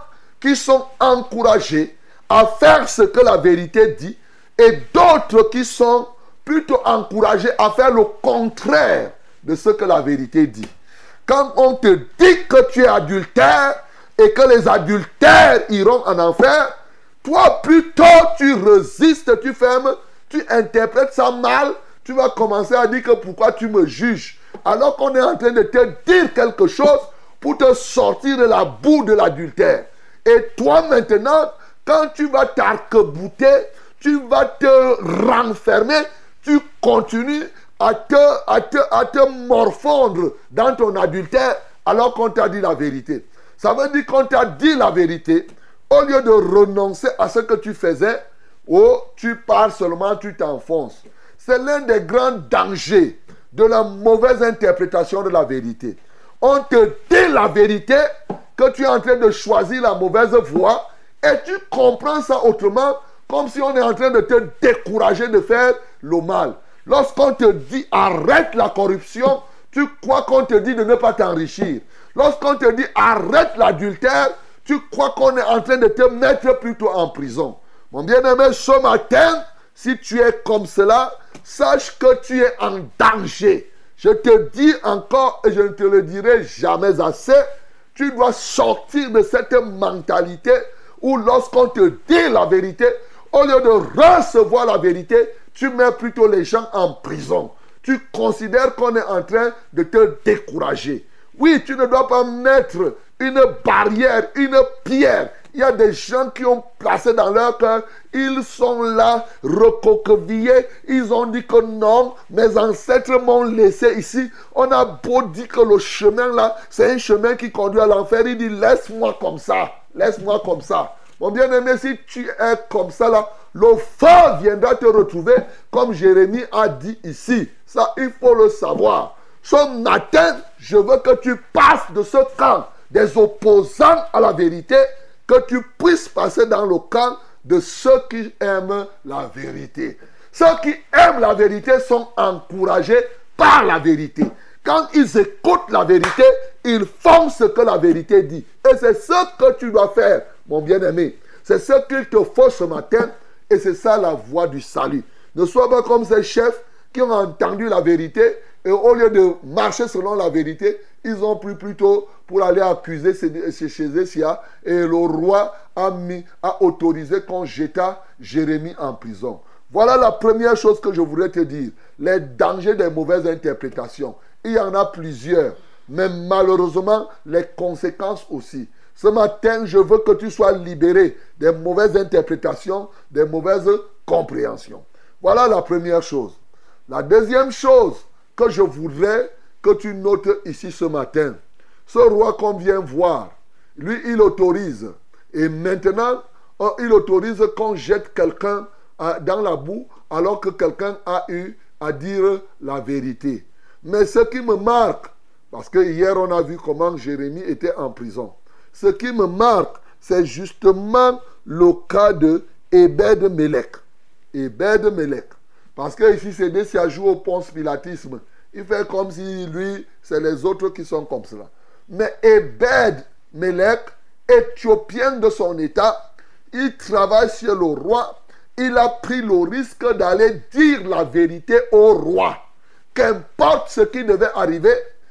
qui sont encouragés à faire ce que la vérité dit et d'autres qui sont plutôt encouragés à faire le contraire de ce que la vérité dit. Quand on te dit que tu es adultère et que les adultères iront en enfer, toi plutôt tu résistes, tu fermes, tu interprètes ça mal, tu vas commencer à dire que pourquoi tu me juges, alors qu'on est en train de te dire quelque chose pour te sortir de la boue de l'adultère. Et toi maintenant, quand tu vas t'arc-bouter, tu vas te renfermer, tu continues à te, à, te, à te morfondre dans ton adultère alors qu'on t'a dit la vérité. Ça veut dire qu'on t'a dit la vérité, au lieu de renoncer à ce que tu faisais, oh, tu pars seulement, tu t'enfonces. C'est l'un des grands dangers de la mauvaise interprétation de la vérité. On te dit la vérité, que tu es en train de choisir la mauvaise voie, et tu comprends ça autrement, comme si on est en train de te décourager de faire le mal. Lorsqu'on te dit arrête la corruption, tu crois qu'on te dit de ne pas t'enrichir. Lorsqu'on te dit arrête l'adultère, tu crois qu'on est en train de te mettre plutôt en prison. Mon bien-aimé, ce matin, si tu es comme cela, sache que tu es en danger. Je te dis encore, et je ne te le dirai jamais assez, tu dois sortir de cette mentalité où lorsqu'on te dit la vérité, au lieu de recevoir la vérité, tu mets plutôt les gens en prison. Tu considères qu'on est en train de te décourager. Oui, tu ne dois pas mettre une barrière, une pierre. Il y a des gens qui ont placé dans leur cœur, ils sont là, recroquevillés. Ils ont dit que non, mes ancêtres m'ont laissé ici. On a beau dire que le chemin là, c'est un chemin qui conduit à l'enfer. Il dit, laisse-moi comme ça, laisse-moi comme ça. Mon bien-aimé, si tu es comme ça là, le feu viendra te retrouver, comme Jérémie a dit ici. Ça, il faut le savoir. Ce matin, je veux que tu passes de ce camp des opposants à la vérité, que tu puisses passer dans le camp de ceux qui aiment la vérité. Ceux qui aiment la vérité sont encouragés par la vérité. Quand ils écoutent la vérité, ils font ce que la vérité dit. Et c'est ce que tu dois faire, mon bien-aimé. C'est ce qu'il te faut ce matin. Et c'est ça la voie du salut. Ne sois pas comme ces chefs qui ont entendu la vérité et au lieu de marcher selon la vérité, ils ont pris plutôt pour aller accuser Sédécia et le roi a, mis, a autorisé qu'on jeta Jérémie en prison. Voilà la première chose que je voudrais te dire. Les dangers des mauvaises interprétations. Il y en a plusieurs, mais malheureusement les conséquences aussi. Ce matin, je veux que tu sois libéré des mauvaises interprétations, des mauvaises compréhensions. Voilà la première chose. La deuxième chose que je voudrais que tu notes ici ce matin, ce roi qu'on vient voir, lui, il autorise. Et maintenant, il autorise qu'on jette quelqu'un dans la boue alors que quelqu'un a eu à dire la vérité. Mais ce qui me marque, parce que hier on a vu comment Jérémie était en prison, ce qui me marque, c'est justement le cas de Ebed-Melech. Ebed-Melech. Parce que ici, Sédécia joue au Ponce Pilatisme. Il fait comme si lui, c'est les autres qui sont comme cela. Mais Ebed-Melech, éthiopien de son état, il travaille sur le roi. Il a pris le risque d'aller dire la vérité au roi. Qu'importe ce qui devait arriver,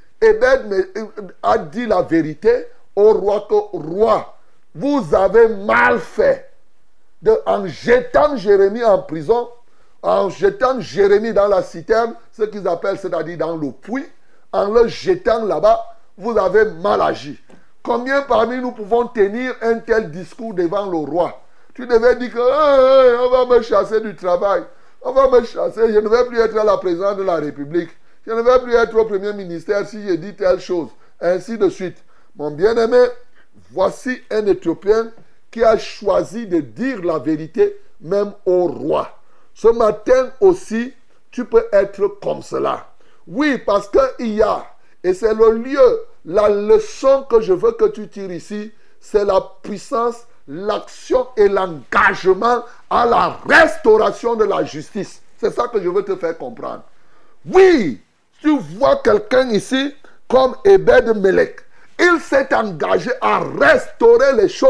Ebed a dit la vérité au roi que, roi, vous avez mal fait de, en jetant Jérémie en prison, en jetant Jérémie dans la citerne, ce qu'ils appellent, c'est-à-dire dans le puits, en le jetant là-bas, vous avez mal agi. Combien parmi nous pouvons tenir un tel discours devant le roi? Tu devais dire que hey, hey, on va me chasser du travail, on va me chasser, je ne vais plus être à la présidence de la République, je ne vais plus être au premier ministère si je dis telle chose, ainsi de suite. Mon bien-aimé, voici un Éthiopien qui a choisi de dire la vérité même au roi. Ce matin aussi, tu peux être comme cela. Oui, parce qu'il y a, et c'est le lieu, la leçon que je veux que tu tires ici, c'est la puissance, l'action et l'engagement à la restauration de la justice. C'est ça que je veux te faire comprendre. Oui, tu vois quelqu'un ici comme Ebed-Melech. Il s'est engagé à restaurer les choses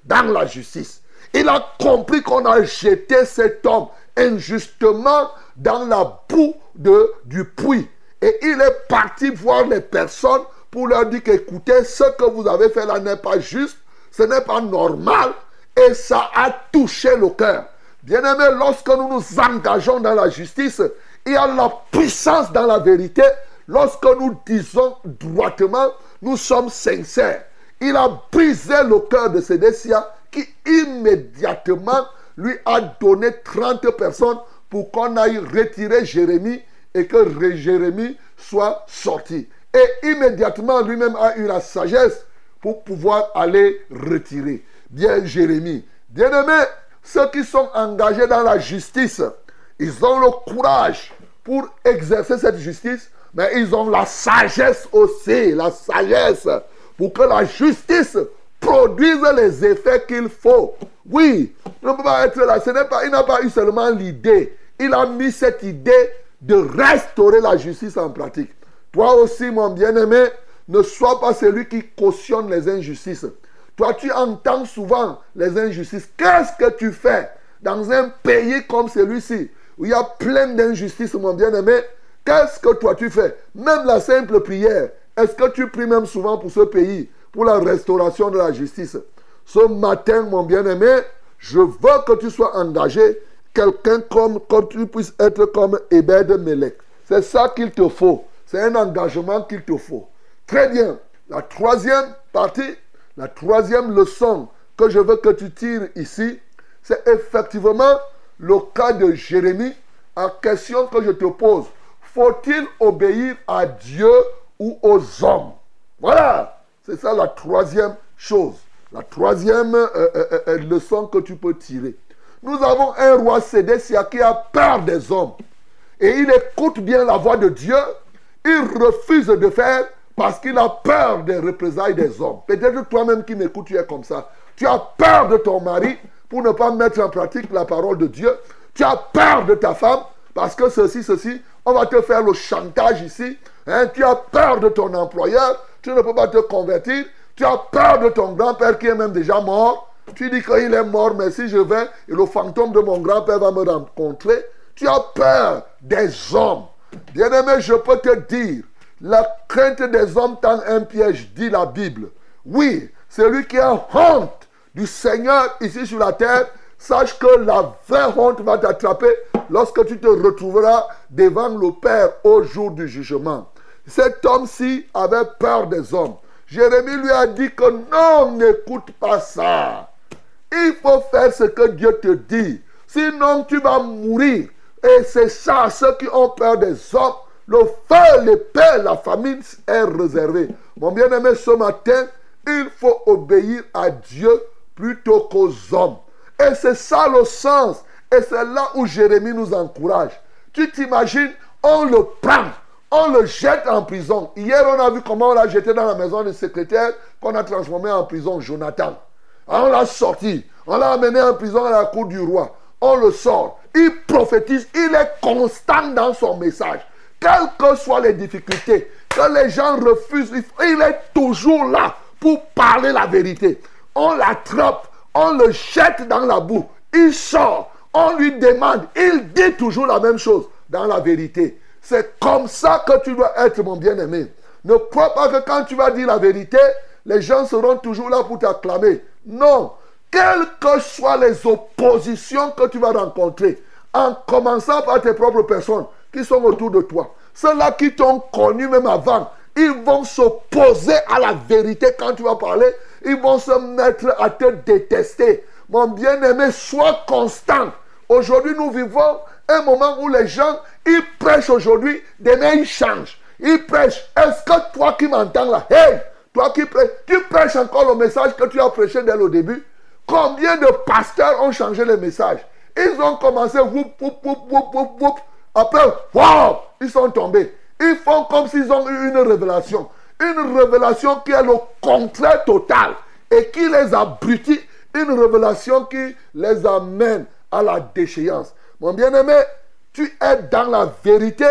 dans la justice. Il a compris qu'on a jeté cet homme injustement dans la boue de, du puits. Et il est parti voir les personnes pour leur dire qu'écoutez, ce que vous avez fait là n'est pas juste, ce n'est pas normal. Et ça a touché le cœur. Bien-aimés, lorsque nous nous engageons dans la justice, il y a la puissance dans la vérité. Lorsque nous disons droitement, nous sommes sincères. Il a brisé le cœur de Sédécia qui immédiatement lui a donné trente personnes pour qu'on aille retirer Jérémie et que Jérémie soit sorti. Et immédiatement lui-même a eu la sagesse pour pouvoir aller retirer. Bien Jérémie. Bien-aimés, ceux qui sont engagés dans la justice, ils ont le courage pour exercer cette justice, mais ils ont la sagesse aussi, la sagesse pour que la justice produise les effets qu'il faut. Oui, il ne peut pas être là. Ce n'est pas, il n'a pas eu seulement l'idée. Il a mis cette idée de restaurer la justice en pratique. Toi aussi, mon bien-aimé, ne sois pas celui qui cautionne les injustices. Toi, tu entends souvent les injustices. Qu'est-ce que tu fais dans un pays comme celui-ci, où il y a plein d'injustices, mon bien-aimé? Qu'est-ce que toi tu fais? Même la simple prière. Est-ce que tu pries même souvent pour ce pays, pour la restauration de la justice? Ce matin, mon bien-aimé, je veux que tu sois engagé, quelqu'un comme, comme tu puisses être comme Ebed-Melech. C'est ça qu'il te faut. C'est un engagement qu'il te faut. Très bien. La troisième partie, la troisième leçon que je veux que tu tires ici, c'est effectivement le cas de Jérémie. En question que je te pose, faut-il obéir à Dieu ou aux hommes? Voilà, c'est ça la troisième chose. La troisième euh, euh, euh, leçon que tu peux tirer. Nous avons un roi Sédécia qui a peur des hommes. Et il écoute bien la voix de Dieu. Il refuse de faire parce qu'il a peur des représailles des hommes. Peut-être toi-même qui m'écoutes, tu es comme ça. Tu as peur de ton mari pour ne pas mettre en pratique la parole de Dieu. Tu as peur de ta femme parce que ceci, ceci, on va te faire le chantage ici. Hein? Tu as peur de ton employeur, tu ne peux pas te convertir. Tu as peur de ton grand-père qui est même déjà mort. Tu dis qu'il est mort, mais si je vais, et le fantôme de mon grand-père va me rencontrer. Tu as peur des hommes. Bien-aimé, je peux te dire, la crainte des hommes tend un piège, dit la Bible. Oui, celui qui a honte du Seigneur ici sur la terre, sache que la vraie honte va t'attraper lorsque tu te retrouveras devant le Père au jour du jugement. Cet homme-ci avait peur des hommes. Jérémie lui a dit que non, n'écoute pas ça. Il faut faire ce que Dieu te dit. Sinon, tu vas mourir. Et c'est ça, ceux qui ont peur des hommes, le feu, l'épée, la famine est réservée. Mon bien-aimé, ce matin, il faut obéir à Dieu plutôt qu'aux hommes. Et c'est ça le sens. Et c'est là où Jérémie nous encourage. Tu t'imagines, on le prend, on le jette en prison. Hier, on a vu comment on l'a jeté dans la maison du secrétaire, qu'on a transformé en prison, Jonathan. On l'a sorti, on l'a amené en prison à la cour du roi. On le sort, il prophétise, il est constant dans son message. Quelles que soient les difficultés, que les gens refusent, il est toujours là pour parler la vérité. On l'attrape, on le jette dans la boue, il sort, on lui demande, il dit toujours la même chose dans la vérité. C'est comme ça que tu dois être, mon bien-aimé. Ne crois pas que quand tu vas dire la vérité, les gens seront toujours là pour t'acclamer. Non. Quelles que soient les oppositions que tu vas rencontrer, en commençant par tes propres personnes qui sont autour de toi, ceux-là qui t'ont connu même avant, ils vont s'opposer à la vérité quand tu vas parler, ils vont se mettre à te détester. Mon bien-aimé, sois constant. Aujourd'hui, nous vivons un moment où les gens, ils prêchent aujourd'hui, demain ils changent. Ils prêchent. Est-ce que toi qui m'entends là, hey, toi qui prêches, tu prêches encore le message que tu as prêché dès le début? Combien de pasteurs ont changé le message? Ils ont commencé, whoop, whoop, whoop, whoop, whoop, whoop. Après, wow, ils sont tombés. Ils font comme s'ils ont eu une révélation. Une révélation qui est le contraire total et qui les abrutit. Une révélation qui les amène à la déchéance. Mon bien-aimé, tu es dans la vérité,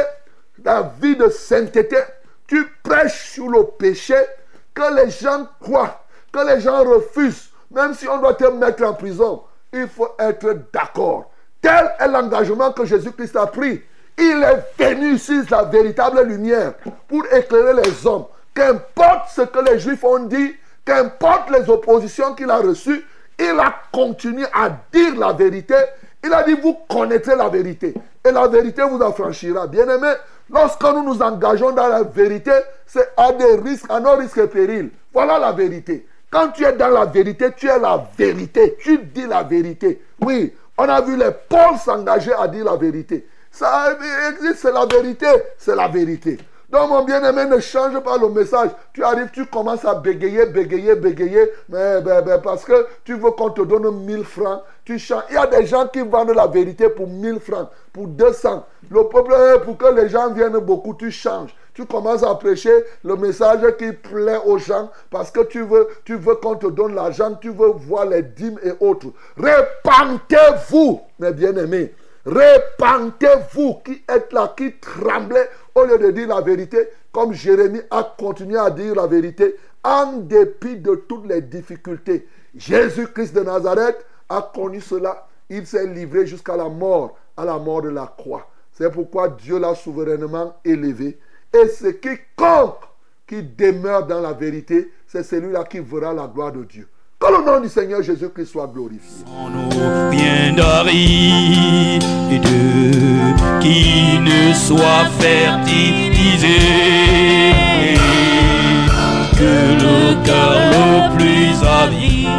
la vie de sainteté. Tu prêches sur le péché, que les gens croient, que les gens refusent. Même si on doit te mettre en prison, il faut être d'accord. Tel est l'engagement que Jésus-Christ a pris. Il est venu sur la véritable lumière pour éclairer les hommes. Qu'importe ce que les Juifs ont dit, qu'importe les oppositions qu'il a reçues, il a continué à dire la vérité. Il a dit, vous connaîtrez la vérité. Et la vérité vous affranchira. Bien-aimés, lorsque nous nous engageons dans la vérité, c'est à des risques, à nos risques et périls. Voilà la vérité. Quand tu es dans la vérité, tu es la vérité. Tu dis la vérité. Oui, on a vu les Paul s'engager à dire la vérité. Ça existe, c'est la vérité. C'est la vérité. Donc, mon bien-aimé, ne change pas le message. Tu arrives, tu commences à bégayer, bégayer, bégayer, mais, mais, mais parce que tu veux qu'on te donne mille francs. Tu changes. Il y a des gens qui vendent la vérité pour mille francs, pour deux cents. Le peuple, pour que les gens viennent beaucoup, tu changes. Tu commences à prêcher le message qui plaît aux gens parce que tu veux, tu veux qu'on te donne l'argent, tu veux voir les dîmes et autres. Répentez-vous, mes bien-aimés. Répentez-vous qui êtes là, qui tremblez au lieu de dire la vérité, comme Jérémie a continué à dire la vérité en dépit de toutes les difficultés. Jésus-Christ de Nazareth a connu cela. Il s'est livré jusqu'à la mort, à la mort de la croix. C'est pourquoi Dieu l'a souverainement élevé. Et c'est quiconque qui demeure dans la vérité, c'est celui-là qui verra la gloire de Dieu. Que le nom du Seigneur Jésus-Christ soit glorifié. Nous bien d'Ari et de qui ne soit fertilisé, que le cœur le plus avide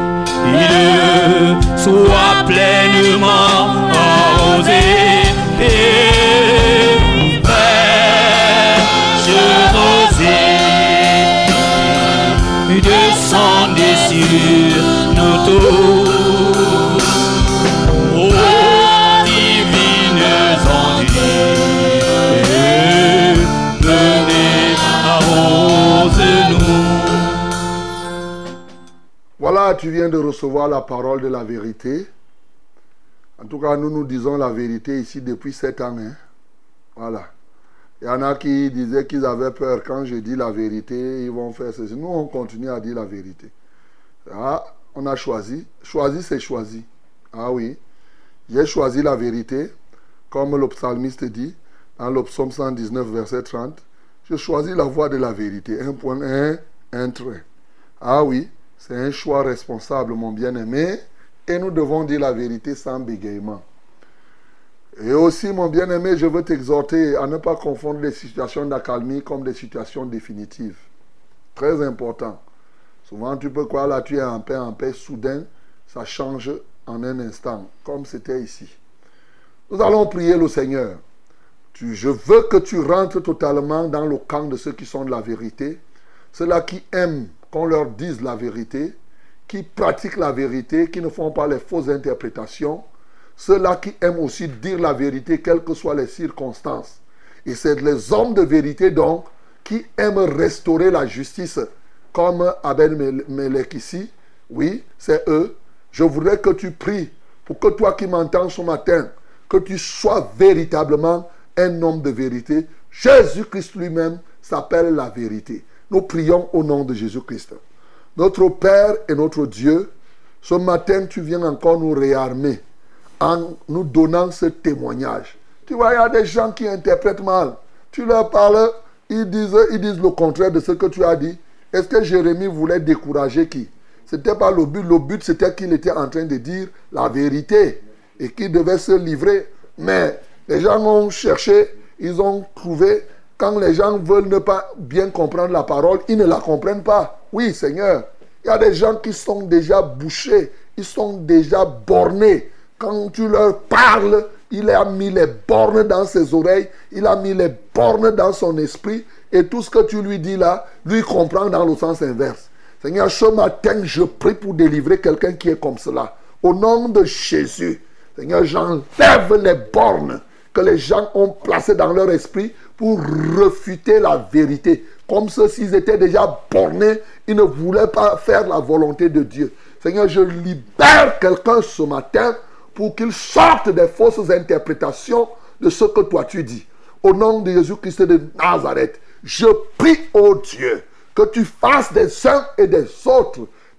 il soit pleinement arrosé et fraîche rosée descendez sur nos tours, ô divines anges, venez arrose-nous. Voilà, tu viens de recevoir la parole de la vérité. En tout cas, nous nous disons la vérité ici depuis sept ans. Hein? Voilà. Il y en a qui disaient qu'ils avaient peur. Quand je dis la vérité, ils vont faire ceci. Nous, on continue à dire la vérité. Ah, on a choisi. Choisi, c'est choisi. Ah oui. J'ai choisi la vérité, comme le psalmiste dit, dans le psaume cent dix-neuf, verset trente. Je choisis la voie de la vérité. Un point, un, un trait. Ah oui. C'est un choix responsable, mon bien-aimé. Et nous devons dire la vérité sans bégaiement. Et aussi, mon bien-aimé, je veux t'exhorter à ne pas confondre les situations d'accalmie comme des situations définitives. Très important. Souvent, tu peux croire là, tu es en paix, en paix, soudain, ça change en un instant, comme c'était ici. Nous allons prier le Seigneur. Tu, je veux que tu rentres totalement dans le camp de ceux qui sont de la vérité, ceux-là qui aiment qu'on leur dise la vérité, qui pratiquent la vérité, qui ne font pas les fausses interprétations, ceux-là qui aiment aussi dire la vérité, quelles que soient les circonstances. Et c'est les hommes de vérité, donc, qui aiment restaurer la justice, comme Abel-Melech ici. Oui, c'est eux. Je voudrais que tu pries pour que toi qui m'entends ce matin, que tu sois véritablement un homme de vérité. Jésus-Christ lui-même s'appelle la vérité. Nous prions au nom de Jésus-Christ. Notre Père et notre Dieu, ce matin, tu viens encore nous réarmer en nous donnant ce témoignage. Tu vois, il y a des gens qui interprètent mal. Tu leur parles, ils disent, ils disent le contraire de ce que tu as dit. Est-ce que Jérémie voulait décourager qui? Ce n'était pas le but. Le but, c'était qu'il était en train de dire la vérité et qu'il devait se livrer. Mais les gens ont cherché, ils ont trouvé, quand les gens veulent ne pas bien comprendre la parole, ils ne la comprennent pas. Oui, Seigneur, il y a des gens qui sont déjà bouchés, ils sont déjà bornés. Quand tu leur parles, il a mis les bornes dans ses oreilles, il a mis les bornes dans son esprit, et tout ce que tu lui dis là, lui comprend dans le sens inverse. Seigneur, ce matin, je prie pour délivrer quelqu'un qui est comme cela. Au nom de Jésus, Seigneur, j'enlève les bornes que les gens ont placées dans leur esprit pour refuter la vérité. Comme ceux s'ils étaient déjà bornés, ils ne voulaient pas faire la volonté de Dieu. Seigneur, je libère quelqu'un ce matin pour qu'il sorte des fausses interprétations de ce que toi tu dis. Au nom de Jésus-Christ de Nazareth, je prie, ô Dieu, que tu fasses des uns et des autres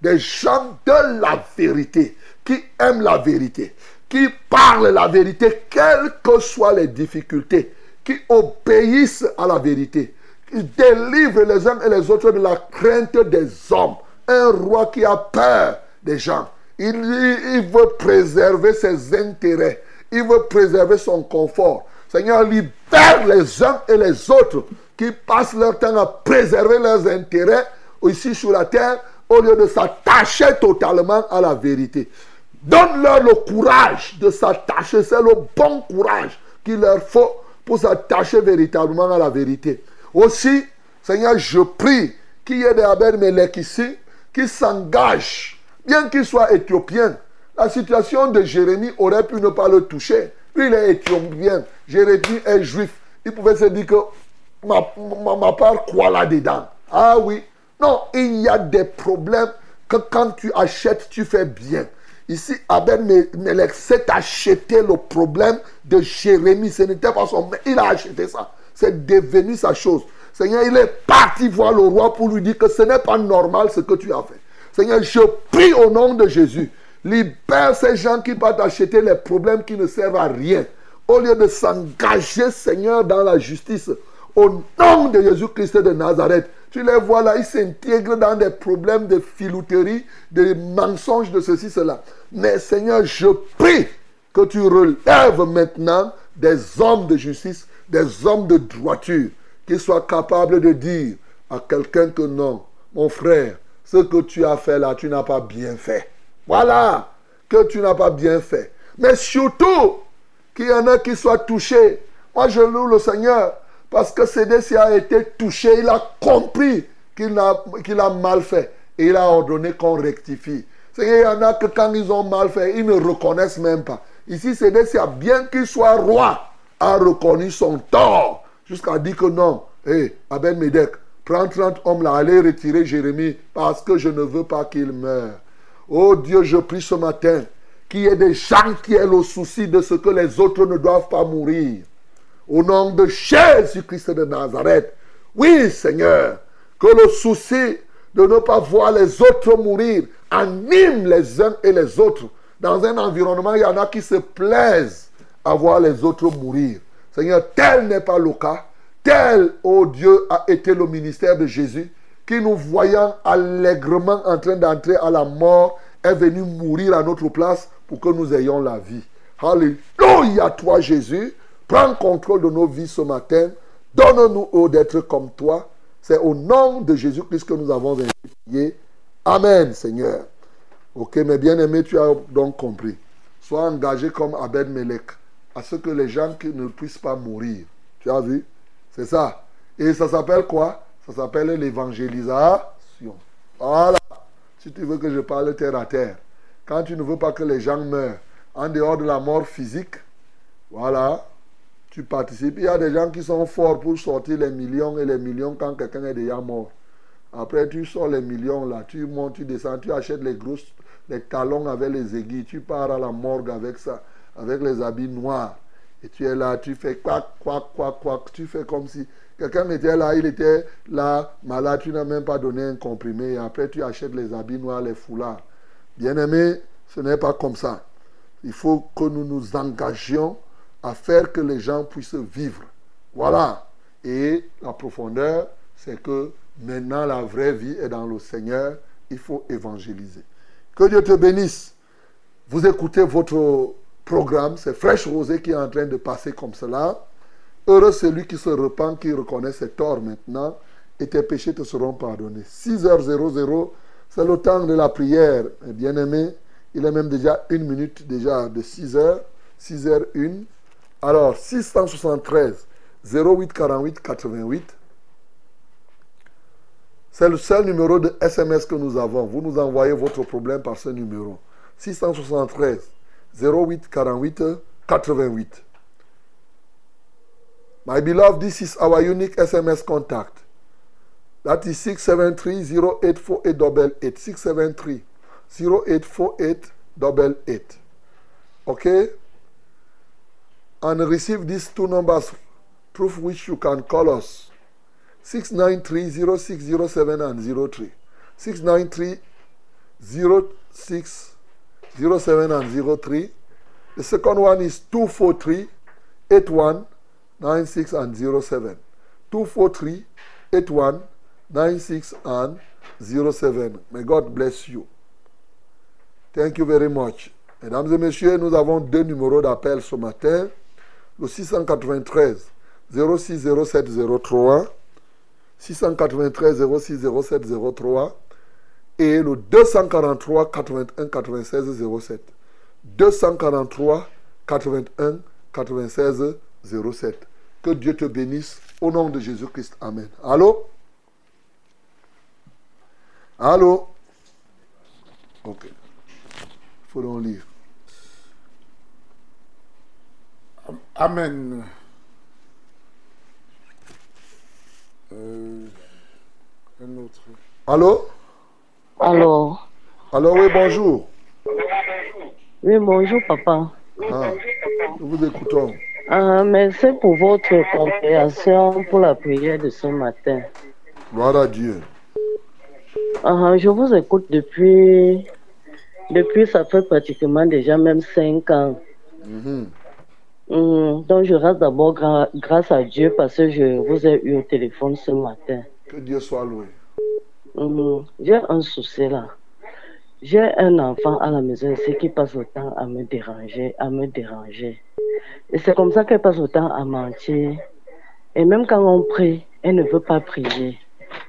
des gens de la vérité, qui aiment la vérité, qui parlent la vérité, quelles que soient les difficultés, qui obéissent à la vérité, qui délivrent les uns et les autres de la crainte des hommes. Un roi qui a peur des gens. Il, il, il veut préserver ses intérêts. Il veut préserver son confort. Seigneur, libère les uns et les autres qui passent leur temps à préserver leurs intérêts ici sur la terre au lieu de s'attacher totalement à la vérité. Donne-leur le courage de s'attacher. C'est le bon courage qu'il leur faut pour s'attacher véritablement à la vérité. Aussi, Seigneur, je prie qu'il y ait des Abed-Melech ici qui s'engagent, bien qu'il soit éthiopien. La situation de Jérémie aurait pu ne pas le toucher. Lui, il est éthiopien. Jérémie est juif. Il pouvait se dire que ma, ma, ma part quoi là-dedans? Ah oui. Non, il y a des problèmes que quand tu achètes, tu fais bien. Ici, Abed-Melech s'est acheté le problème de Jérémie. Ce n'était pas son... Mais il a acheté ça. C'est devenu sa chose. Seigneur, il est parti voir le roi pour lui dire que ce n'est pas normal ce que tu as fait. Seigneur, je prie au nom de Jésus. Libère ces gens qui partent acheter les problèmes qui ne servent à rien. Au lieu de s'engager, Seigneur, dans la justice. Au nom de Jésus-Christ de Nazareth. Tu les vois là, ils s'intègrent dans des problèmes de filouterie, de mensonges, de ceci, cela. Mais Seigneur, je prie que tu relèves maintenant des hommes de justice, des hommes de droiture, qui soient capables de dire à quelqu'un que non, mon frère, ce que tu as fait là, tu n'as pas bien fait. Voilà, que tu n'as pas bien fait. Mais surtout, qu'il y en a qui soient touchés. Moi, je loue le Seigneur. Parce que C D C a été touché, il a compris qu'il a, qu'il a mal fait. Et il a ordonné qu'on rectifie. C'est-à-dire, il y en a que quand ils ont mal fait, ils ne reconnaissent même pas. Ici, C D C, bien qu'il soit roi, a reconnu son tort. Jusqu'à dire que non, hé, hey, Abed-Melech, prends trente hommes là, allez retirer Jérémie, parce que je ne veux pas qu'il meure. Oh Dieu, je prie ce matin qu'il y ait des gens qui aient le souci de ce que les autres ne doivent pas mourir. Au nom de Jésus-Christ de Nazareth. Oui, Seigneur, que le souci de ne pas voir les autres mourir anime les uns et les autres. Dans un environnement, il y en a qui se plaisent à voir les autres mourir. Seigneur, tel n'est pas le cas. Tel, oh Dieu, a été le ministère de Jésus, qui nous voyant allègrement en train d'entrer à la mort, est venu mourir à notre place pour que nous ayons la vie. Alléluia, toi Jésus. Prends contrôle de nos vies ce matin. Donne-nous, oh, d'être comme toi. C'est au nom de Jésus-Christ que nous avons prié. Amen, Seigneur. Ok, mes bien-aimés, tu as donc compris. Sois engagé comme Abed-Melech, à ce que les gens qui ne puissent pas mourir. Tu as vu? C'est ça. Et ça s'appelle quoi? Ça s'appelle l'évangélisation. Voilà. Si tu veux que je parle terre à terre. Quand tu ne veux pas que les gens meurent, en dehors de la mort physique, voilà, tu participes. Il y a des gens qui sont forts pour sortir les millions et les millions quand quelqu'un est déjà mort. Après, tu sors les millions là, tu montes, tu descends, tu achètes les grosses, les talons avec les aiguilles, tu pars à la morgue avec ça, avec les habits noirs. Et tu es là, tu fais quack, quack, quack, quack, tu fais comme si quelqu'un était là, il était là, malade, tu n'as même pas donné un comprimé. Et après, tu achètes les habits noirs, les foulards. Bien-aimé, ce n'est pas comme ça. Il faut que nous nous engagions à faire que les gens puissent vivre. Voilà. Et la profondeur, c'est que maintenant la vraie vie est dans le Seigneur. Il faut évangéliser. Que Dieu te bénisse. Vous écoutez votre programme. C'est Fraîche Rosée qui est en train de passer comme cela. Heureux celui qui se repent, qui reconnaît ses torts maintenant. Et tes péchés te seront pardonnés. six heures, c'est le temps de la prière. Bien-aimé, il est même déjà une minute déjà de six heures. six heures une. Alors, six cent soixante-treize, zéro huit quarante-huit quatre-vingt-huit. C'est le seul numéro de S M S que nous avons. Vous nous envoyez votre problème par ce numéro. six cent soixante-treize, zéro huit quarante-huit quatre-vingt-huit. My beloved, this is our unique S M S contact. That is six seven three, zero eight four eight eight eight. six seven three, zero eight four eight eight eight. Okay? And receive these two numbers through which you can call us. six nine three, zero six zero seven and zero three. six nine three, zero six zero seven and zero three. The second one is two four three eight one nine six and zero seven. two four three eight one nine six and zero seven. May God bless you. Thank you very much. Mesdames et messieurs, nous avons deux numéros d'appel ce matin. Le six cent quatre-vingt-treize zéro six zéro sept zéro trois, six cent quatre-vingt-treize zéro six zéro sept zéro trois et le deux cent quarante-trois quatre-vingt-un quatre-vingt-seize zéro sept. deux cent quarante-trois quatre-vingt-un quatre-vingt-seize zéro sept. Que Dieu te bénisse au nom de Jésus-Christ. Amen. Allô? Allô? Ok. Il faut donc lire. Amen. Euh, un autre. Allô? Allô? Allô, oui, bonjour. Oui, bonjour, papa. Ah, nous vous écoutons. Ah, merci pour votre compréhension pour la prière de ce matin. Gloire à Dieu. Ah, je vous écoute depuis, depuis ça fait pratiquement déjà même cinq ans. Mhm. Hum, donc je reste d'abord gra- grâce à Dieu parce que je vous ai eu au téléphone ce matin. Que Dieu soit loué. Hum, j'ai un souci là. J'ai un enfant à la maison ici qui passe le temps à me déranger, à me déranger. Et c'est comme ça qu'elle passe le temps à mentir. Et même quand on prie, elle ne veut pas prier.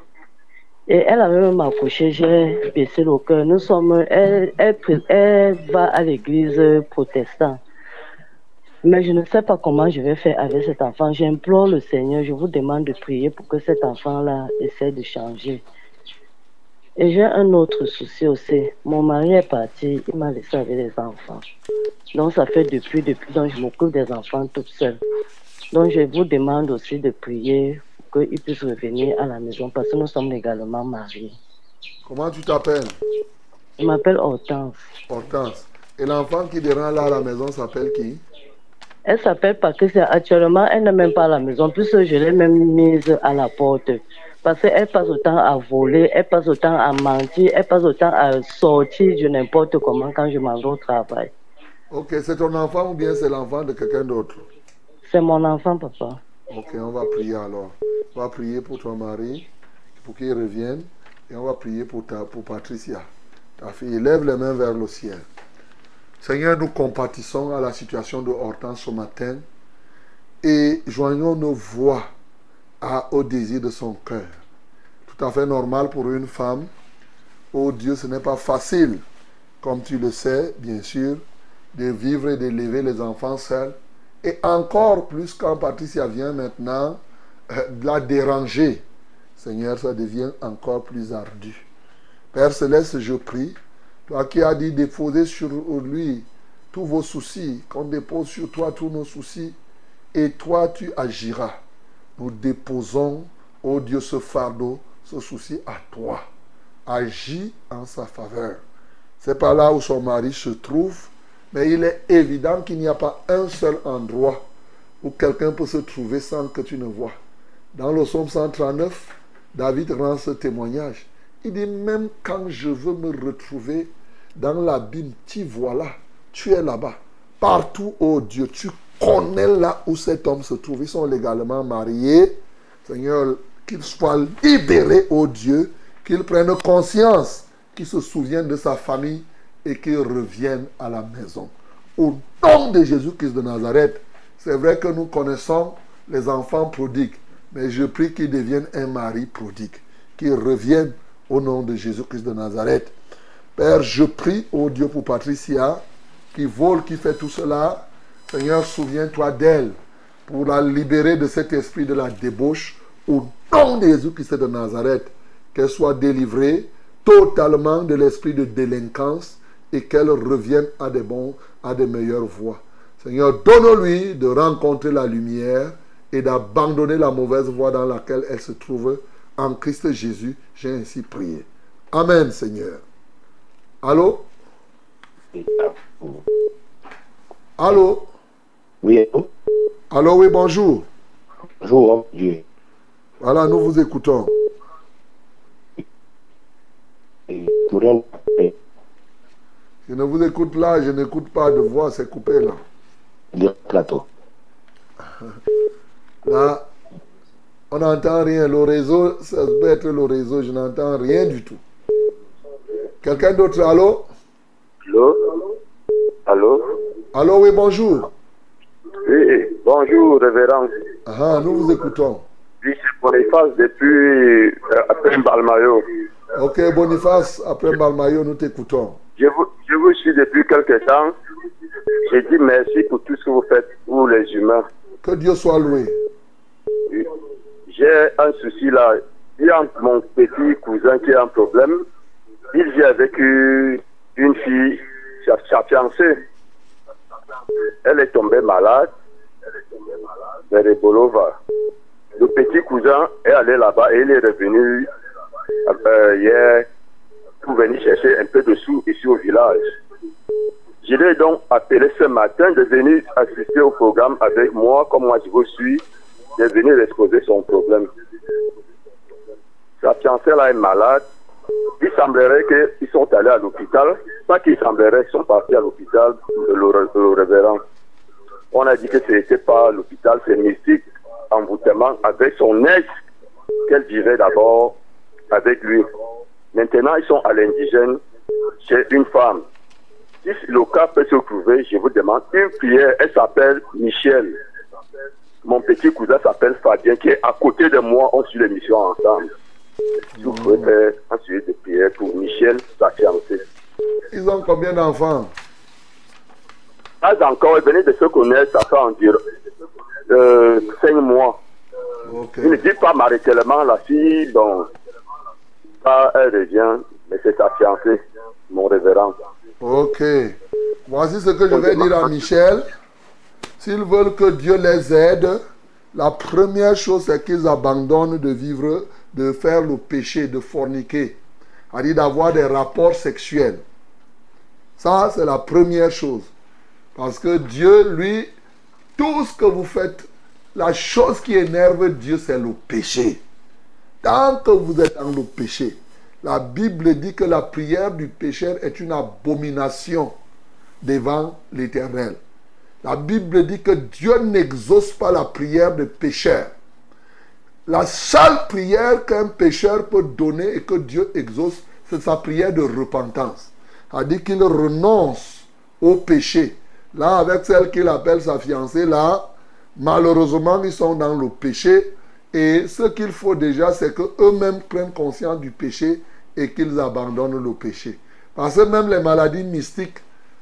Et elle avait même accouché, j'ai baissé le cœur. Nous sommes, elle, elle, elle va à l'église protestante. Mais je ne sais pas comment je vais faire avec cet enfant. J'implore le Seigneur, je vous demande de prier pour que cet enfant-là essaie de changer. Et j'ai un autre souci aussi. Mon mari est parti, il m'a laissé avec les enfants. Donc ça fait depuis, depuis, donc je m'occupe des enfants toute seule. Donc je vous demande aussi de prier pour qu'il puisse revenir à la maison parce que nous sommes également mariés. Comment tu t'appelles? Je m'appelle Hortense. Hortense. Et l'enfant qui dérange là à la maison s'appelle qui? Elle s'appelle Patricia. Actuellement, elle n'est même pas à la maison, puisque je l'ai même mise à la porte. Parce qu'elle passe le temps à voler, elle passe le temps à mentir, elle passe le temps à sortir de n'importe comment quand je m'en vais au travail. Ok, c'est ton enfant ou bien c'est l'enfant de quelqu'un d'autre? C'est mon enfant, papa. Ok, on va prier alors. On va prier pour ton mari, pour qu'il revienne. Et on va prier pour, ta, pour Patricia, ta fille. Lève les mains vers le ciel. Seigneur, nous compatissons à la situation de Hortense ce matin et joignons nos voix à, au désir de son cœur. Tout à fait normal pour une femme. Oh Dieu, ce n'est pas facile, comme tu le sais, bien sûr, de vivre et d'élever les enfants seuls. Et encore plus quand Patricia vient maintenant euh, la déranger. Seigneur, ça devient encore plus ardu. Père Céleste, je prie. Toi qui as dit déposer sur lui tous vos soucis, qu'on dépose sur toi tous nos soucis, et toi tu agiras. Nous déposons, ô Dieu, ce fardeau, ce souci à toi. Agis en sa faveur. C'est pas là où son mari se trouve, mais il est évident qu'il n'y a pas un seul endroit où quelqu'un peut se trouver sans que tu ne vois. Dans le psaume cent trente-neuf, David rend ce témoignage. Il dit, même quand je veux me retrouver dans l'abîme, tu vois là, tu es là-bas. Partout, oh Dieu, tu connais là où cet homme se trouve. Ils sont légalement mariés. Seigneur, qu'il soit libéré, oh Dieu, qu'il prenne conscience, qu'il se souvienne de sa famille et qu'il revienne à la maison. Au nom de Jésus-Christ de Nazareth, c'est vrai que nous connaissons les enfants prodigues, mais je prie qu'il devienne un mari prodigue, qu'il revienne au nom de Jésus-Christ de Nazareth. Père, je prie, oh Dieu, pour Patricia, qui vole, qui fait tout cela. Seigneur, souviens-toi d'elle, pour la libérer de cet esprit de la débauche, au nom de Jésus-Christ de Nazareth, qu'elle soit délivrée totalement de l'esprit de délinquance et qu'elle revienne à des bons, à des meilleures voies. Seigneur, donne-lui de rencontrer la lumière et d'abandonner la mauvaise voie dans laquelle elle se trouve. En Christ Jésus, j'ai ainsi prié. Amen, Seigneur. Allô? Allô? Oui, allô? Allô, oui, bonjour. Bonjour, Dieu. Voilà, nous vous écoutons. Et pour un- Je ne vous écoute là, je n'écoute pas de voix, c'est coupé là. Le plateau. Là, on n'entend rien. Le réseau, ça peut être le réseau, je n'entends rien du tout. Quelqu'un d'autre, allô? Allô? Allô? Allô, oui, bonjour. Oui, bonjour, révérend. Ah, nous vous écoutons. Oui, c'est Boniface depuis euh, après Balmayo. Ok, Boniface, après Balmayo, nous t'écoutons. Je vous, je vous suis depuis quelque temps. J'ai dit merci pour tout ce que vous faites pour les humains. Que Dieu soit loué. Oui. J'ai un souci là. Il y a mon petit cousin qui a un problème. Il vit avec une fille, sa, sa fiancée. Elle est tombée malade. Berebolova. Le petit cousin est allé là-bas et il est revenu euh, hier pour venir chercher un peu de sous ici au village. Je l'ai donc appelé ce matin de venir assister au programme avec moi, comme moi je vous suis, de venir exposer son problème. Sa fiancée là est malade. Il semblerait qu'ils sont allés à l'hôpital. Pas qu'il semblerait qu'ils sont partis à l'hôpital, le, le, le révérend. On a dit que ce n'était pas l'hôpital, c'est mystique, envoûtement avec son ex qu'elle vivait d'abord avec lui. Maintenant, ils sont à l'indigène chez une femme. Si le cas peut se trouver, je vous demande une prière. Elle s'appelle Michel. Mon petit cousin s'appelle Fabien, qui est à côté de moi. On suit l'émission ensemble. Si vous pouvez faire un suivi de prière pour Michel, sa fiancée. Ils ont combien d'enfants? Pas encore, ils venaient de se connaître, ça fait environ euh, cinq mois. Okay. Il ne dit pas maritellement, la fille, donc, ça, elle revient, mais c'est sa fiancée, mon révérend. Ok. Voici ce que je vais dire à Michel. S'ils veulent que Dieu les aide, la première chose, c'est qu'ils abandonnent de vivre, de faire le péché, de forniquer, c'est-à-dire d'avoir des rapports sexuels. Ça, c'est la première chose. Parce que Dieu, lui, tout ce que vous faites, la chose qui énerve Dieu, c'est le péché. Tant que vous êtes dans le péché, la Bible dit que la prière du pécheur est une abomination devant l'Éternel. La Bible dit que Dieu n'exauce pas la prière de pécheur. La seule prière qu'un pécheur peut donner et que Dieu exauce, c'est sa prière de repentance. C'est-à-dire qu'il renonce au péché. Là, avec celle qu'il appelle sa fiancée, là, malheureusement, ils sont dans le péché. Et ce qu'il faut déjà, c'est qu'eux-mêmes prennent conscience du péché et qu'ils abandonnent le péché. Parce que même les maladies mystiques,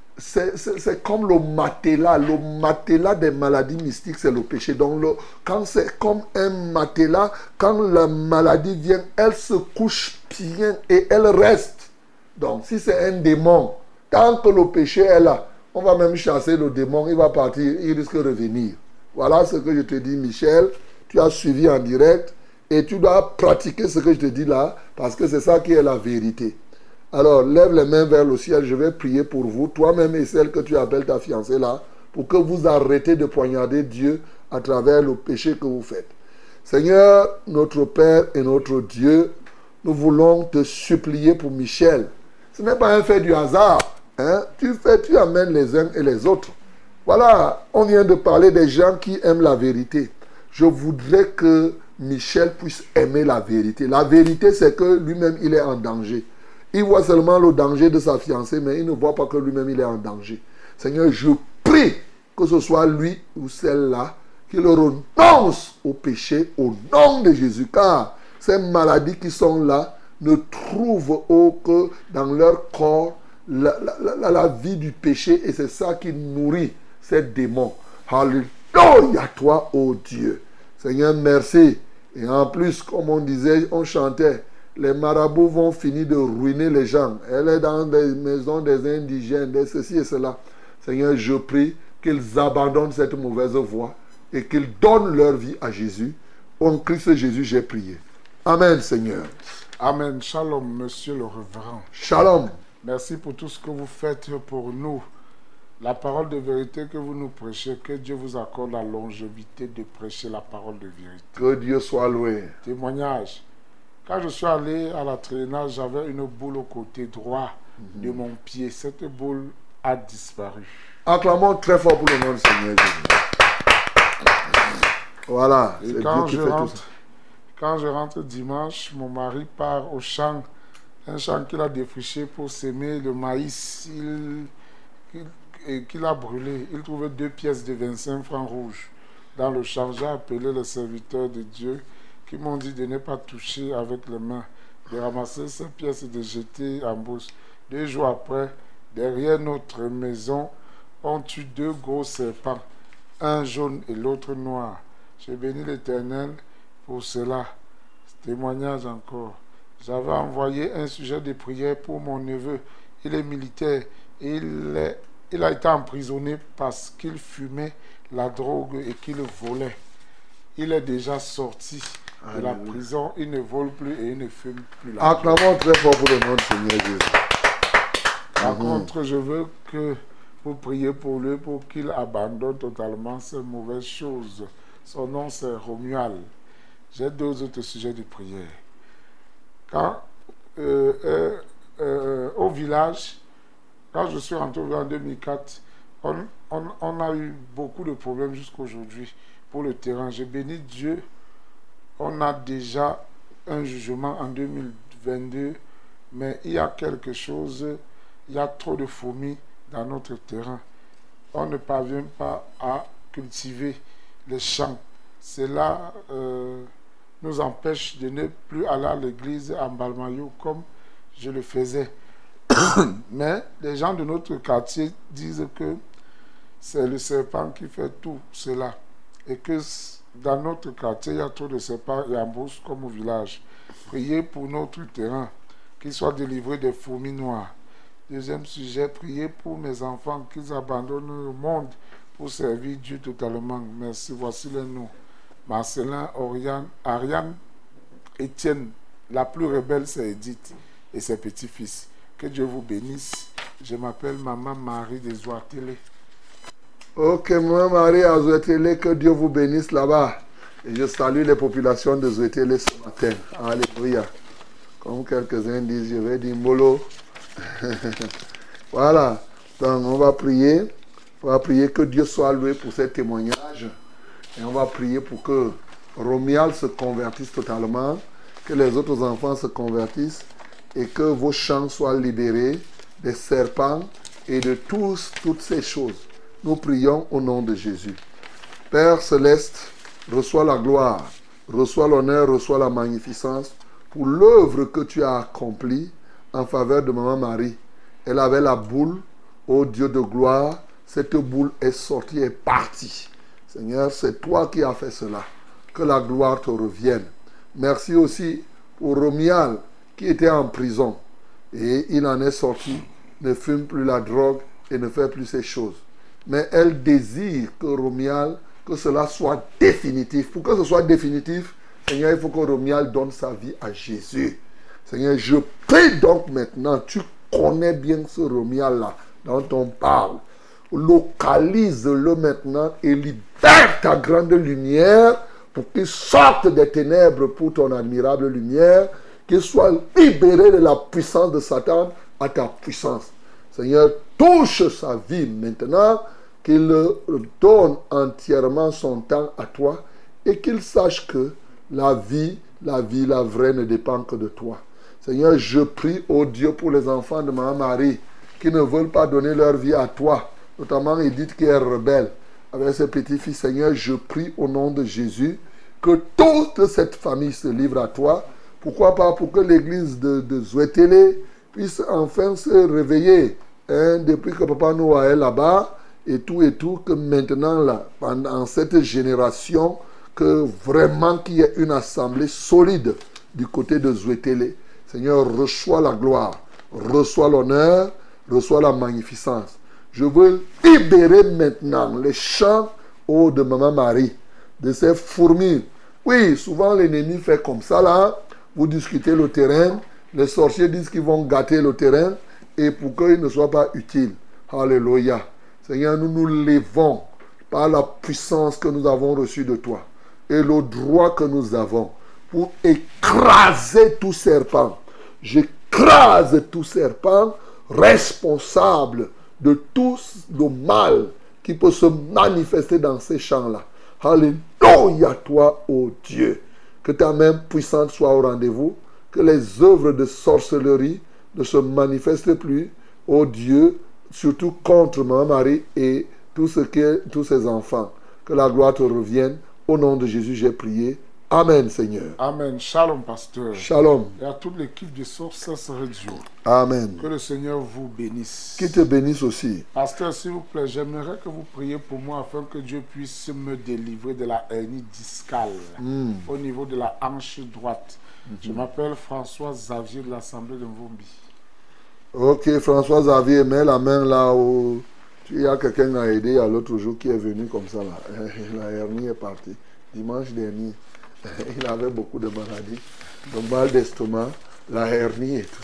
c'est comme le matelas. Le matelas des maladies mystiques, c'est le péché. Donc, le, quand c'est comme un matelas, quand la maladie vient, elle se couche bien et elle reste. Donc, si c'est un démon, tant que le péché est là, on va même chasser le démon, il va partir, il risque de revenir. Voilà ce que je te dis, Michel. Tu as suivi en direct et tu dois pratiquer ce que je te dis là, parce que c'est ça qui est la vérité. Alors, lève les mains vers le ciel, je vais prier pour vous, toi-même et celle que tu appelles ta fiancée là, pour que vous arrêtez de poignarder Dieu à travers le péché que vous faites. Seigneur, notre Père et notre Dieu, nous voulons te supplier pour Michel. Ce n'est pas un fait du hasard. Hein? Tu fais, tu amènes les uns et les autres. Voilà, on vient de parler des gens qui aiment la vérité. Je voudrais que Michel puisse aimer la vérité. La vérité, c'est que lui-même, il est en danger. Il voit seulement le danger de sa fiancée, mais il ne voit pas que lui-même, il est en danger. Seigneur, je prie que ce soit lui ou celle-là qui le renonce au péché au nom de Jésus. Car ces maladies qui sont là ne trouvent au que dans leur corps La, la, la, la vie du péché, et c'est ça qui nourrit ces démons. Alléluia, toi, ô Dieu. Seigneur, merci. Et en plus, comme on disait, on chantait, les marabouts vont finir de ruiner les gens. Elle est dans des maisons des indigènes, des ceci et cela. Seigneur, je prie qu'ils abandonnent cette mauvaise voie et qu'ils donnent leur vie à Jésus. En Christ Jésus, j'ai prié. Amen, Seigneur. Amen. Shalom, monsieur le révérend. Shalom. Merci pour tout ce que vous faites pour nous. La parole de vérité que vous nous prêchez, que Dieu vous accorde la longévité de prêcher la parole de vérité. Que Dieu soit loué. Témoignage. Quand je suis allé à la traînage, j'avais une boule au côté droit. de mon pied. Cette boule a disparu. Acclamons très fort pour le nom du Seigneur Jésus. Voilà. Et c'est quand Dieu je, qui fait tout rentre, ça. quand je rentre dimanche, mon mari part au champ, un champ qu'il a défriché pour s'aimer le maïs il, qu'il, et qu'il a brûlé. Il trouvait deux pièces de vingt-cinq francs rouges dans le champ. J'ai appelé les serviteurs de Dieu qui m'ont dit de ne pas toucher avec les mains, de ramasser ces pièces et de jeter en bourse. Deux jours après, derrière notre maison, on tue deux gros serpents, un jaune et l'autre noir. J'ai béni l'Éternel pour cela. Témoignage encore. J'avais envoyé un sujet de prière pour mon neveu. Il est militaire et il, est, il a été emprisonné parce qu'il fumait la drogue et qu'il volait. Il est déjà sorti de la prison. Il ne vole plus et il ne fume plus. La Acclamons très fort pour le nom du Seigneur Jésus. Par Mhm. contre, je veux que vous priez pour lui pour qu'il abandonne totalement ces mauvaises choses. Son nom, c'est Romuald. J'ai deux autres sujets de prière. Quand, euh, euh, euh, au village, quand je suis rentré en deux mille quatre, on, on, on a eu beaucoup de problèmes jusqu'à aujourd'hui pour le terrain. J'ai béni Dieu. On a déjà un jugement en deux mille vingt-deux, mais il y a quelque chose, il y a trop de fourmis dans notre terrain. On ne parvient pas à cultiver les champs. Cela euh, nous empêche de ne plus aller à l'église en Balmayo comme je le faisais. Mais les gens de notre quartier disent que c'est le serpent qui fait tout cela et que dans notre quartier, il y a trop de serpents et embusques comme au village. Priez pour notre terrain, qu'il soit délivré des fourmis noires. Deuxième sujet, priez pour mes enfants, qu'ils abandonnent le monde pour servir Dieu totalement. Merci. Voici les noms. Marcelin, Oriane, Ariane, Étienne. La plus rebelle, c'est Edith et ses petits-fils. Que Dieu vous bénisse. Je m'appelle Maman Marie des Ouatélé. Ok, Maman Marie à Zouetélé, que Dieu vous bénisse là-bas. Et je salue les populations de Zouetélé ce matin. Alléluia. Comme quelques-uns disent, je vais dire Molo. Voilà. Donc, on va prier. On va prier que Dieu soit loué pour ces témoignages. Et on va prier pour que Romuald se convertisse totalement, que les autres enfants se convertissent et que vos champs soient libérés des serpents et de tous, toutes ces choses. Nous prions au nom de Jésus. Père Céleste, reçois la gloire, reçois l'honneur, reçois la magnificence pour l'œuvre que tu as accomplie en faveur de Maman Marie. Elle avait la boule, ô Dieu de gloire, cette boule est sortie et partie. Seigneur, c'est toi qui as fait cela. Que la gloire te revienne. Merci aussi pour Romuald qui était en prison. Et il en est sorti, ne fume plus la drogue et ne fait plus ces choses. Mais elle désire que Romuald, que cela soit définitif. Pour que ce soit définitif, Seigneur, il faut que Romuald donne sa vie à Jésus. Seigneur, je prie donc maintenant, tu connais bien ce Romuald-là dont on parle. Localise-le maintenant et libère ta grande lumière pour qu'il sorte des ténèbres pour ton admirable lumière, qu'il soit libéré de la puissance de Satan à ta puissance. Seigneur, touche sa vie maintenant, qu'il donne entièrement son temps à toi et qu'il sache que la vie, la vie, la vraie ne dépend que de toi. Seigneur, je prie, ô Dieu, pour les enfants de Maman Marie qui ne veulent pas donner leur vie à toi, notamment Edith qui est rebelle avec ses petits-fils. Seigneur, je prie au nom de Jésus que toute cette famille se livre à toi. Pourquoi pas pour que l'église de, de Zouetélé puisse enfin se réveiller, hein, depuis que Papa Noah est là-bas et tout et tout, que maintenant là, pendant cette génération, que vraiment qu'il y ait une assemblée solide du côté de Zouetélé. Seigneur, reçois la gloire, reçois l'honneur, reçois la magnificence. Je veux libérer maintenant les champs oh, de Maman Marie, de ces fourmis. Oui, souvent l'ennemi fait comme ça là. Vous discutez le terrain, les sorciers disent qu'ils vont gâter le terrain et pour qu'il ne soit pas utile. Alléluia. Seigneur, nous nous levons par la puissance que nous avons reçue de toi et le droit que nous avons pour écraser tout serpent. J'écrase tout serpent responsable de tout le mal qui peut se manifester dans ces champs-là. Alléluia toi, ô Dieu. Que ta main puissante soit au rendez-vous, que les œuvres de sorcellerie ne se manifestent plus, ô Dieu, surtout contre Maman Marie et tout ce qui est, tous ses enfants. Que la gloire te revienne. Au nom de Jésus, j'ai prié. Amen, Seigneur. Amen. Shalom, pasteur. Shalom. Et à toute l'équipe du Sources Radio. Amen. Que le Seigneur vous bénisse. Qui te bénisse aussi. Pasteur, s'il vous plaît, j'aimerais que vous priez pour moi afin que Dieu puisse me délivrer de la hernie discale Mm. au niveau de la hanche droite. Mhm. Je m'appelle François Xavier de l'Assemblée de Mvombi. Ok, François Xavier, mets la main là où il y a quelqu'un qui a aidé il y a l'autre jour qui est venu comme ça là. La hernie est partie. Dimanche dernier, il avait beaucoup de maladies. Le mal d'estomac, la hernie et tout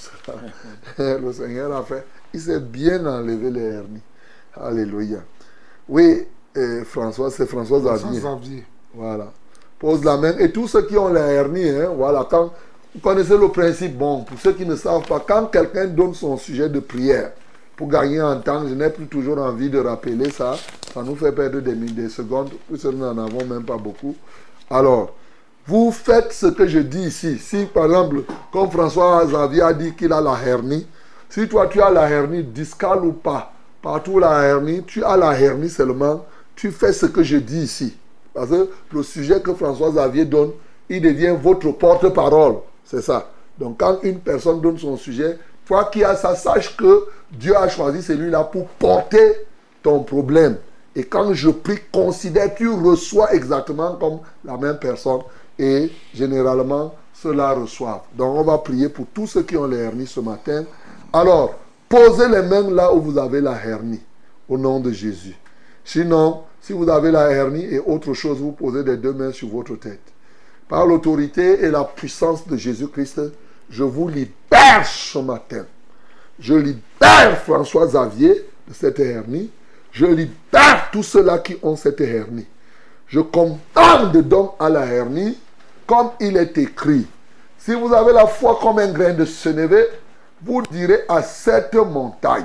ça. Le Seigneur a fait. Il s'est bien enlevé les hernies. Alléluia. Oui, euh, François, c'est François Xavier. François Xavier. Voilà. Pose la main. Et tous ceux qui ont la hernie, hein, voilà, quand vous connaissez le principe, bon, pour ceux qui ne savent pas, quand quelqu'un donne son sujet de prière pour gagner en temps, je n'ai plus toujours envie de rappeler ça. Ça nous fait perdre des, des secondes, puisque nous n'en avons même pas beaucoup. Alors, vous faites ce que je dis ici. Si, par exemple, comme François Xavier a dit qu'il a la hernie, si toi tu as la hernie discale ou pas, partout la hernie, tu as la hernie seulement, tu fais ce que je dis ici. Parce que le sujet que François Xavier donne, il devient votre porte-parole. C'est ça. Donc quand une personne donne son sujet, toi qui as ça, sache que Dieu a choisi celui-là pour porter ton problème. Et quand je prie, considère, tu reçois exactement comme la même personne. Et généralement, ceux-là reçoivent. Donc on va prier pour tous ceux qui ont les hernies ce matin. Alors, posez les mains là où vous avez la hernie, au nom de Jésus. Sinon, si vous avez la hernie et autre chose, vous posez les deux mains sur votre tête. Par l'autorité et la puissance de Jésus-Christ, je vous libère ce matin. Je libère François Xavier de cette hernie. Je libère tous ceux-là qui ont cette hernie. Je commande donc à la hernie, comme il est écrit. Si vous avez la foi comme un grain de sénévé, vous direz à cette montagne,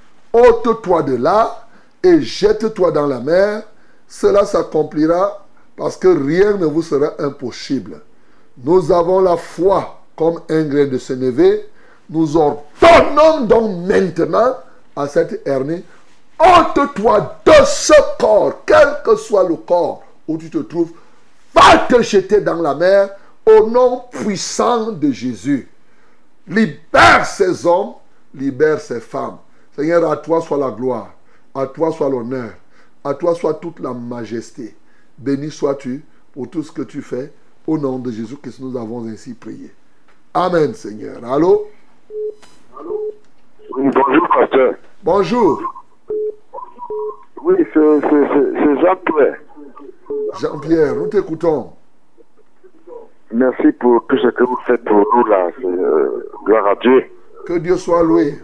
ôte-toi de là et jette-toi dans la mer. Cela s'accomplira parce que rien ne vous sera impossible. Nous avons la foi comme un grain de sénévé. Nous ordonnons donc maintenant à cette hernie, ôte-toi de ce corps, quel que soit le corps où tu te trouves, va te jeter dans la mer au nom puissant de Jésus. Libère ces hommes, libère ces femmes. Seigneur, à toi soit la gloire, à toi soit l'honneur, à toi soit toute la majesté. Béni sois-tu pour tout ce que tu fais. Au nom de Jésus-Christ, nous avons ainsi prié. Amen, Seigneur. Allô? Oui, bonjour, pasteur. Bonjour. Oui, c'est c'est Jean-Pierre. Jean-Pierre, nous t'écoutons. Merci pour tout ce que vous faites pour nous là. Euh, gloire à Dieu. Que Dieu soit loué.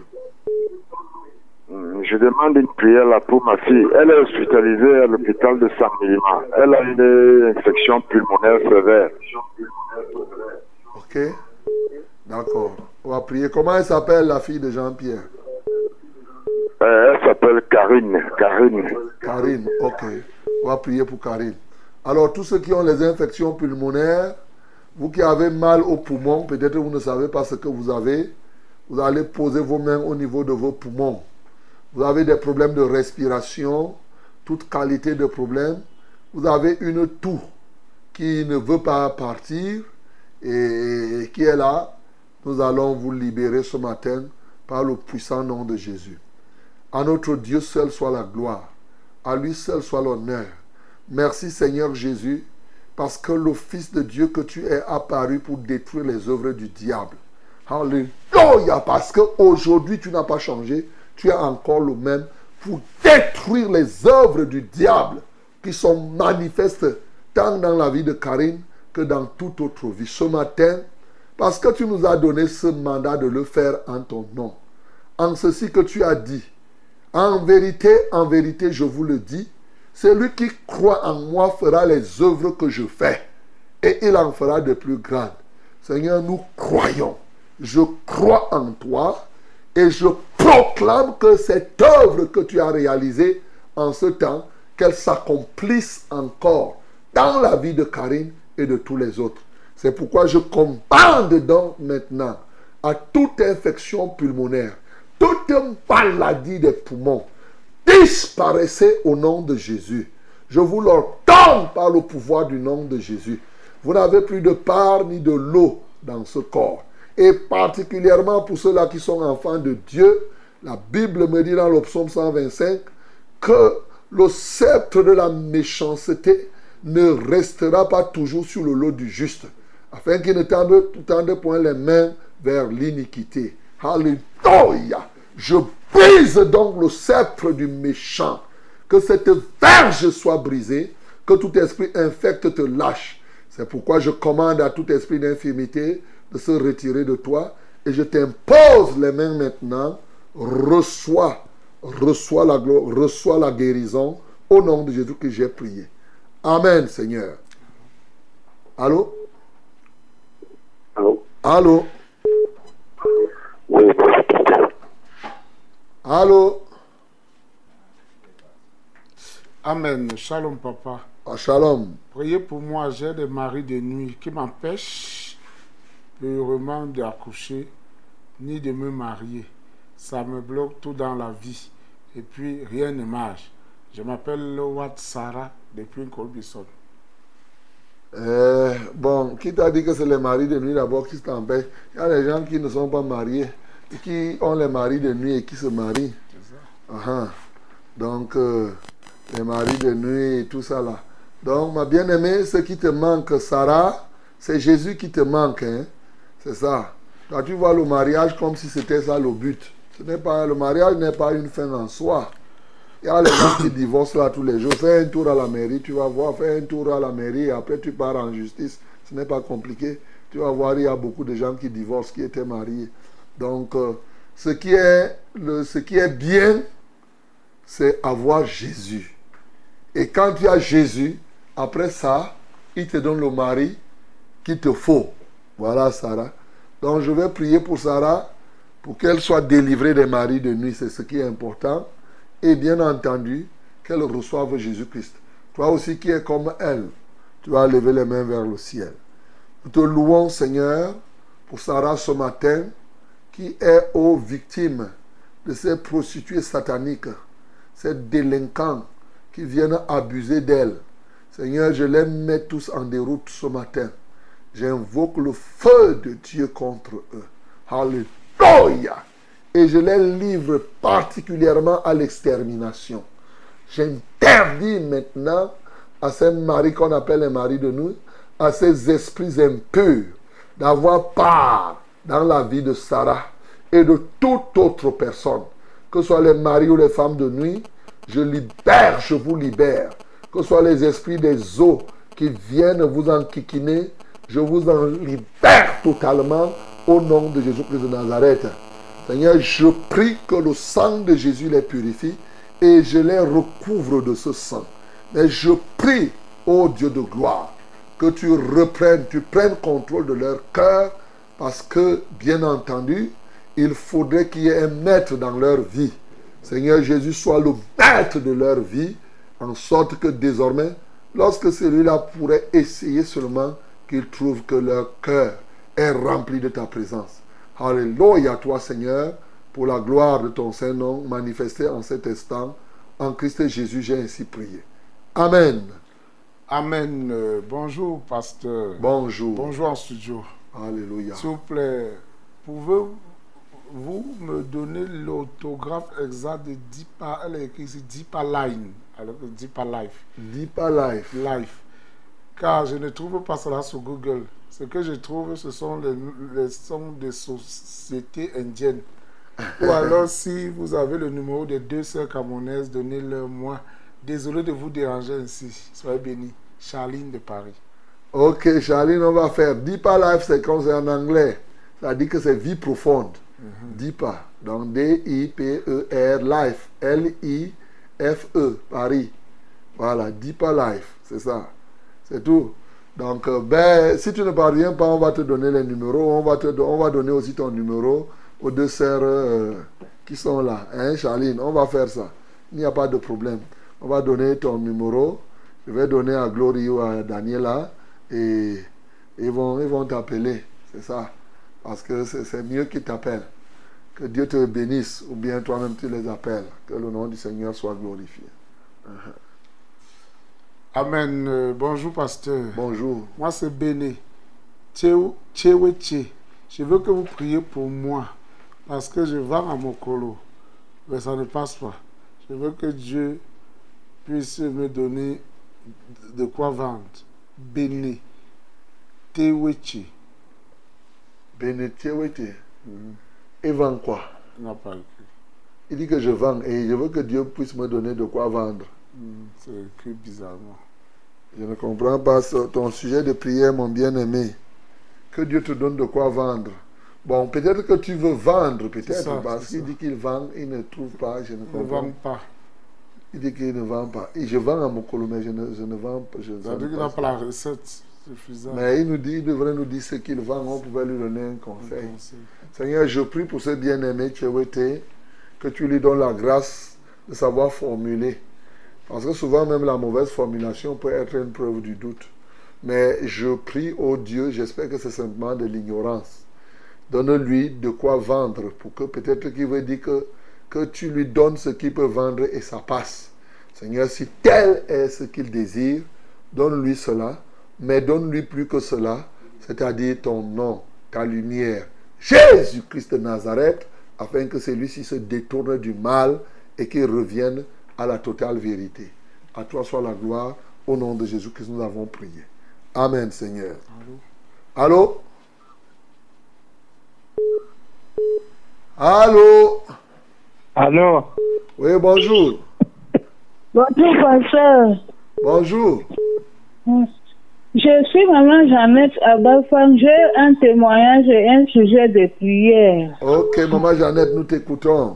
Je demande une prière là pour ma fille. Elle est hospitalisée à l'hôpital de Saint-Milima. Elle a une infection pulmonaire sévère. Ok. D'accord. On va prier. Comment elle s'appelle, la fille de Jean-Pierre? euh, Elle s'appelle Karine. Karine. Karine, ok. On va prier pour Karine. Alors, tous ceux qui ont les infections pulmonaires, vous qui avez mal aux poumons, peut-être vous ne savez pas ce que vous avez, vous allez poser vos mains au niveau de vos poumons. Vous avez des problèmes de respiration, toute qualité de problème. Vous avez une toux qui ne veut pas partir et qui est là. Nous allons vous libérer ce matin par le puissant nom de Jésus. À notre Dieu seul soit la gloire. À lui seul soit l'honneur. Merci Seigneur Jésus, parce que le Fils de Dieu que tu es apparu pour détruire les œuvres du diable. Alléluia, parce qu'aujourd'hui tu n'as pas changé. Tu es encore le même pour détruire les œuvres du diable qui sont manifestes tant dans la vie de Karine que dans toute autre vie. Ce matin, parce que tu nous as donné ce mandat de le faire en ton nom, en ceci que tu as dit, en vérité, en vérité, je vous le dis, celui qui croit en moi fera les œuvres que je fais et il en fera de plus grandes. Seigneur, nous croyons. Je crois en toi. Et je proclame que cette œuvre que tu as réalisée en ce temps, qu'elle s'accomplisse encore dans la vie de Karine et de tous les autres. C'est pourquoi je commande donc maintenant à toute infection pulmonaire, toute maladie des poumons, disparaissez au nom de Jésus. Je vous l'ordonne par le pouvoir du nom de Jésus. Vous n'avez plus de part ni de l'eau dans ce corps. Et particulièrement pour ceux-là qui sont enfants de Dieu, la Bible me dit dans le psaume cent vingt-cinq que le sceptre de la méchanceté ne restera pas toujours sur le lot du juste, afin qu'il ne tende, tende point les mains vers l'iniquité. Alléluia! Je brise donc le sceptre du méchant. Que cette verge soit brisée, que tout esprit infect te lâche. C'est pourquoi je commande à tout esprit d'infirmité de se retirer de toi et je t'impose les mains maintenant. Reçois, reçois la gloire, reçois la guérison au nom de Jésus que j'ai prié. Amen, Seigneur. Allô? Allô? Allô? Oui. Allô? Amen. Shalom, papa. Ah, shalom. Priez pour moi, j'ai des maris de nuit qui m'empêchent purement d'accoucher ni de me marier. Ça me bloque tout dans la vie. Et puis, rien ne marche. Je m'appelle Lowat Sarah depuis Colbison. Euh, bon, qui t'a dit que c'est les maris de nuit d'abord qui t'empêchent? Il y a des gens qui ne sont pas mariés, et qui ont les maris de nuit et qui se marient. C'est ça. Uh-huh. Donc, euh, les maris de nuit et tout ça là. Donc, ma bien-aimée, ce qui te manque, Sarah, c'est Jésus qui te manque. Hein? C'est ça. Toi, tu vois le mariage comme si c'était ça le but. Ce n'est pas, le mariage n'est pas une fin en soi. Il y a les gens qui divorcent là tous les jours. Fais un tour à la mairie, tu vas voir. Fais un tour à la mairie et après tu pars en justice. Ce n'est pas compliqué. Tu vas voir, il y a beaucoup de gens qui divorcent, qui étaient mariés. Donc, euh, ce, qui est, le, ce qui est bien, c'est avoir Jésus. Et quand tu as Jésus, après ça, il te donne le mari qu'il te faut. Voilà, Sarah. Donc, je vais prier pour Sarah, pour qu'elle soit délivrée des maris de nuit. C'est ce qui est important. Et bien entendu, qu'elle reçoive Jésus-Christ. Toi aussi qui es comme elle, tu vas lever les mains vers le ciel. Nous te louons, Seigneur, pour Sarah ce matin, qui est aux victimes de ces prostituées sataniques, ces délinquants qui viennent abuser d'elle. Seigneur, je les mets tous en déroute ce matin. J'invoque le feu de Dieu contre eux. Alléluia! Et je les livre particulièrement à l'extermination. J'interdis maintenant à ces maris qu'on appelle les maris de nuit, à ces esprits impurs, d'avoir part dans la vie de Sarah et de toute autre personne, que ce soit les maris ou les femmes de nuit. Je libère, je vous libère. Que ce soit les esprits des eaux qui viennent vous enquiquiner, je vous en libère totalement au nom de Jésus-Christ de Nazareth. Seigneur, je prie que le sang de Jésus les purifie et je les recouvre de ce sang. Mais je prie, ô Dieu de gloire, que tu reprennes, tu prennes contrôle de leur cœur, parce que, bien entendu, il faudrait qu'il y ait un maître dans leur vie. Seigneur Jésus, soit le maître de leur vie, en sorte que désormais, lorsque celui-là pourrait essayer seulement, qu'il trouve que leur cœur est rempli de ta présence. Alléluia à toi, Seigneur, pour la gloire de ton Saint-Nom manifesté en cet instant. En Christ Jésus, j'ai ainsi prié. Amen. Amen. Euh, bonjour, pasteur. Bonjour. Bonjour en studio. Alléluia. S'il vous plaît, pouvez-vous me donner l'autographe exact de Deepa? Elle est écrit ici Deepa Line, alors que Deepa Life. Deepa Life. Life. Car je ne trouve pas cela sur Google. Ce que je trouve, ce sont les, les sons des sociétés indiennes. Ou alors, si vous avez le numéro des deux sœurs camerounaises, donnez-le moi. Désolé de vous déranger ainsi. Soyez bénis. Charline de Paris. Ok, Charline, on va faire. Deepa Life, c'est comme c'est en anglais. Ça dit que c'est vie profonde. Mm-hmm. Deepa. Donc, D I P E R, Life. L I F E, Paris. Voilà, Deepa Life. C'est ça. C'est tout. Donc, ben, si tu ne parviens pas, on va te donner les numéros. On va, te, on va donner aussi ton numéro aux deux sœurs euh, qui sont là. Hein, Charline, on va faire ça. Il n'y a pas de problème. On va donner ton numéro. Je vais donner à Glory ou à Daniela et ils vont ils vont t'appeler. C'est ça. Parce que c'est mieux qu'ils t'appellent. Que Dieu te bénisse ou bien toi-même tu les appelles. Que le nom du Seigneur soit glorifié. Uh-huh. Amen. Euh, bonjour, pasteur. Bonjour. Moi, c'est Béné. Tcheweche. Je veux que vous priez pour moi. Parce que je vends à Mokolo. Mais ça ne passe pas. Je veux que Dieu puisse me donner de quoi vendre. Béné. Tcheweche. Béné Tcheweche. Mm. Et vend quoi? Il n'a pas écrit. Il dit que je vends et je veux que Dieu puisse me donner de quoi vendre. Mm, c'est écrit bizarrement. Je ne comprends pas ton sujet de prière, mon bien-aimé. Que Dieu te donne de quoi vendre. Bon, peut-être que tu veux vendre, peut-être, parce qu'il dit qu'il vend, il ne trouve pas, je ne comprends ne vend pas. Il dit qu'il ne vend pas. Et je vends à Mokolo, mais je ne, je ne vends pas. Je Ça veut dire qu'il n'a pas la recette suffisante. Mais il nous dit, il devrait nous dire ce qu'il vend, on pouvait lui donner un conseil. Un conseil. Seigneur, je prie pour ce bien-aimé Tchewete, que tu lui donnes la grâce de savoir formuler. Parce que souvent, même la mauvaise formulation peut être une preuve du doute. Mais je prie au Dieu, j'espère que c'est simplement de l'ignorance. Donne-lui de quoi vendre, pour que peut-être qu'il veut dire que, que tu lui donnes ce qu'il peut vendre et ça passe. Seigneur, si tel est ce qu'il désire, donne-lui cela, mais donne-lui plus que cela, c'est-à-dire ton nom, ta lumière, Jésus-Christ de Nazareth, afin que celui-ci se détourne du mal et qu'il revienne à la totale vérité. À toi soit la gloire, au nom de Jésus-Christ nous avons prié. Amen, Seigneur. Allô? Allô? Allô? Oui, bonjour. Bonjour, pasteur. Bonjour. Je suis maman Jeannette Abafang. J'ai un témoignage et un sujet de prière. Ok, maman Jeannette, nous t'écoutons.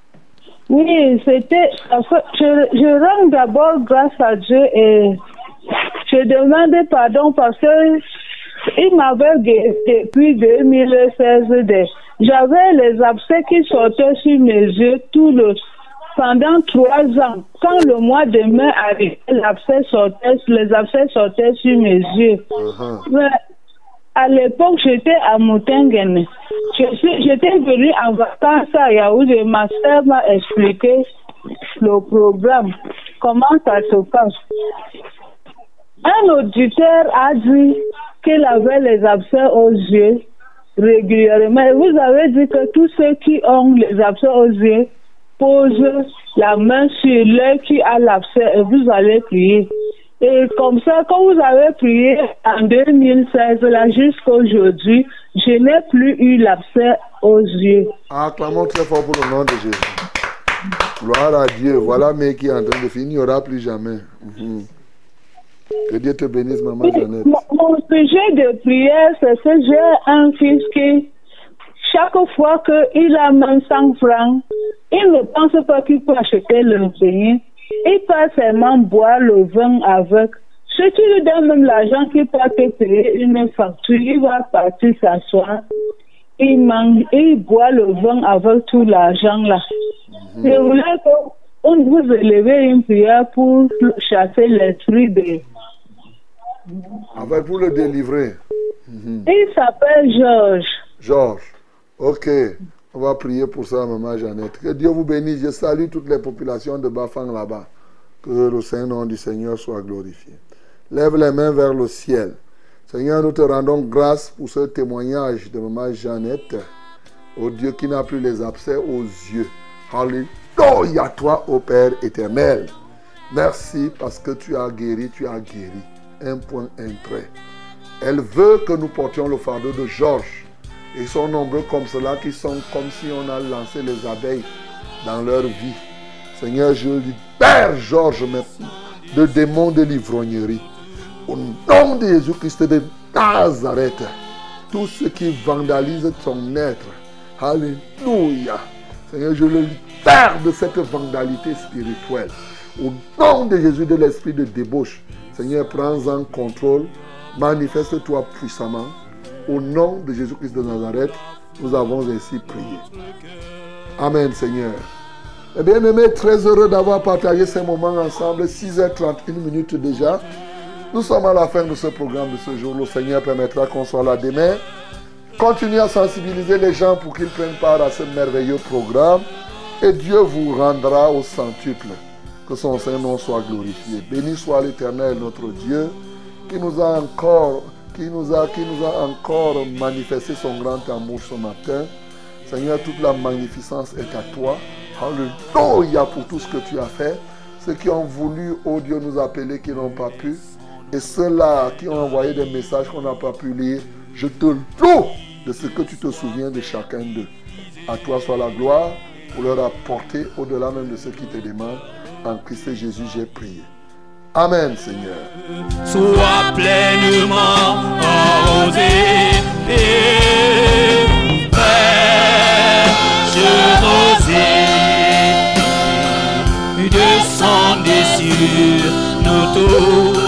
Oui, c'était... Je, je rends d'abord grâce à Dieu et je demande pardon parce que il m'avait depuis deux mille seize. Des, j'avais les abcès qui sortaient sur mes yeux tout le pendant trois ans. Quand le mois de mai arrivait, l'abcès sortait, les abcès sortaient sur mes yeux. Uh-huh. Mais à l'époque, j'étais à Moutengene. J'étais venue en vacances à Yaoundé. Ma sœur m'a expliqué le programme, comment ça se passe. Un auditeur a dit qu'il avait les abcès aux yeux régulièrement. Et vous avez dit que tous ceux qui ont les abcès aux yeux posent la main sur l'œil qui a l'abcès et vous allez prier. Et comme ça, quand vous avez prié en deux mille seize, là, jusqu'à aujourd'hui, je n'ai plus eu l'abcès aux yeux. Acclamons très fort pour le nom de Jésus. Gloire à Dieu. Voilà, mais qui est en train de finir, il n'y aura plus jamais. Mm-hmm. Que Dieu te bénisse, maman oui, Jeannette. Mon, mon sujet de prière, c'est que j'ai un fils qui, chaque fois qu'il a même cent francs, il ne pense pas qu'il peut acheter le beignet. Il peut seulement boire le vin avec. Si tu lui donnes même l'argent qu'il peut te payer une facture, il va partir s'asseoir. Il mange, il boit le vin avec tout l'argent là. Mm-hmm. Je voulais qu'on vous élève une prière pour chasser l'esprit de... Avec pour le délivrer. Mm-hmm. Il s'appelle Georges. Georges. Ok. On va prier pour ça, maman Jeannette. Que Dieu vous bénisse. Je salue toutes les populations de Bafang là-bas. Que le Saint-Nom du Seigneur soit glorifié. Lève les mains vers le ciel. Seigneur, nous te rendons grâce pour ce témoignage de maman Jeannette. Ô Dieu qui n'a plus les abcès aux yeux. Alléluia, toi, ô Père éternel. Merci parce que tu as guéri, tu as guéri. Un point, un trait. Elle veut que nous portions le fardeau de Georges. Ils sont nombreux comme cela qui sont comme si on a lancé les abeilles dans leur vie. Seigneur, je libère Georges maintenant de démons de l'ivrognerie. Au nom de Jésus-Christ de Nazareth, tout ce qui vandalise son être. Alléluia. Seigneur, je le libère de cette vandalité spirituelle. Au nom de Jésus, de l'esprit de débauche. Seigneur, prends en contrôle. Manifeste-toi puissamment. Au nom de Jésus-Christ de Nazareth, nous avons ainsi prié. Amen, Seigneur. Eh bien, aimés, très heureux d'avoir partagé ces moments ensemble. six heures trente et une minutes déjà. Nous sommes à la fin de ce programme de ce jour. Le Seigneur permettra qu'on soit là demain. Continuez à sensibiliser les gens pour qu'ils prennent part à ce merveilleux programme. Et Dieu vous rendra au centuple. Que son Saint-Nom soit glorifié. Béni soit l'Éternel, notre Dieu, qui nous a encore, qui nous a, qui nous a encore manifesté son grand amour ce matin. Seigneur, toute la magnificence est à toi. Alléluia pour tout ce que tu as fait. Ceux qui ont voulu, oh Dieu, nous appeler, qui n'ont pas pu. Et ceux-là qui ont envoyé des messages qu'on n'a pas pu lire. Je te loue de ce que tu te souviens de chacun d'eux. À toi soit la gloire pour leur apporter au-delà même de ce qui te demandent. En Christ Jésus, j'ai prié. Amen, Seigneur. Sois pleinement arrosé et fraîche rosée. Descendez sur nous tous.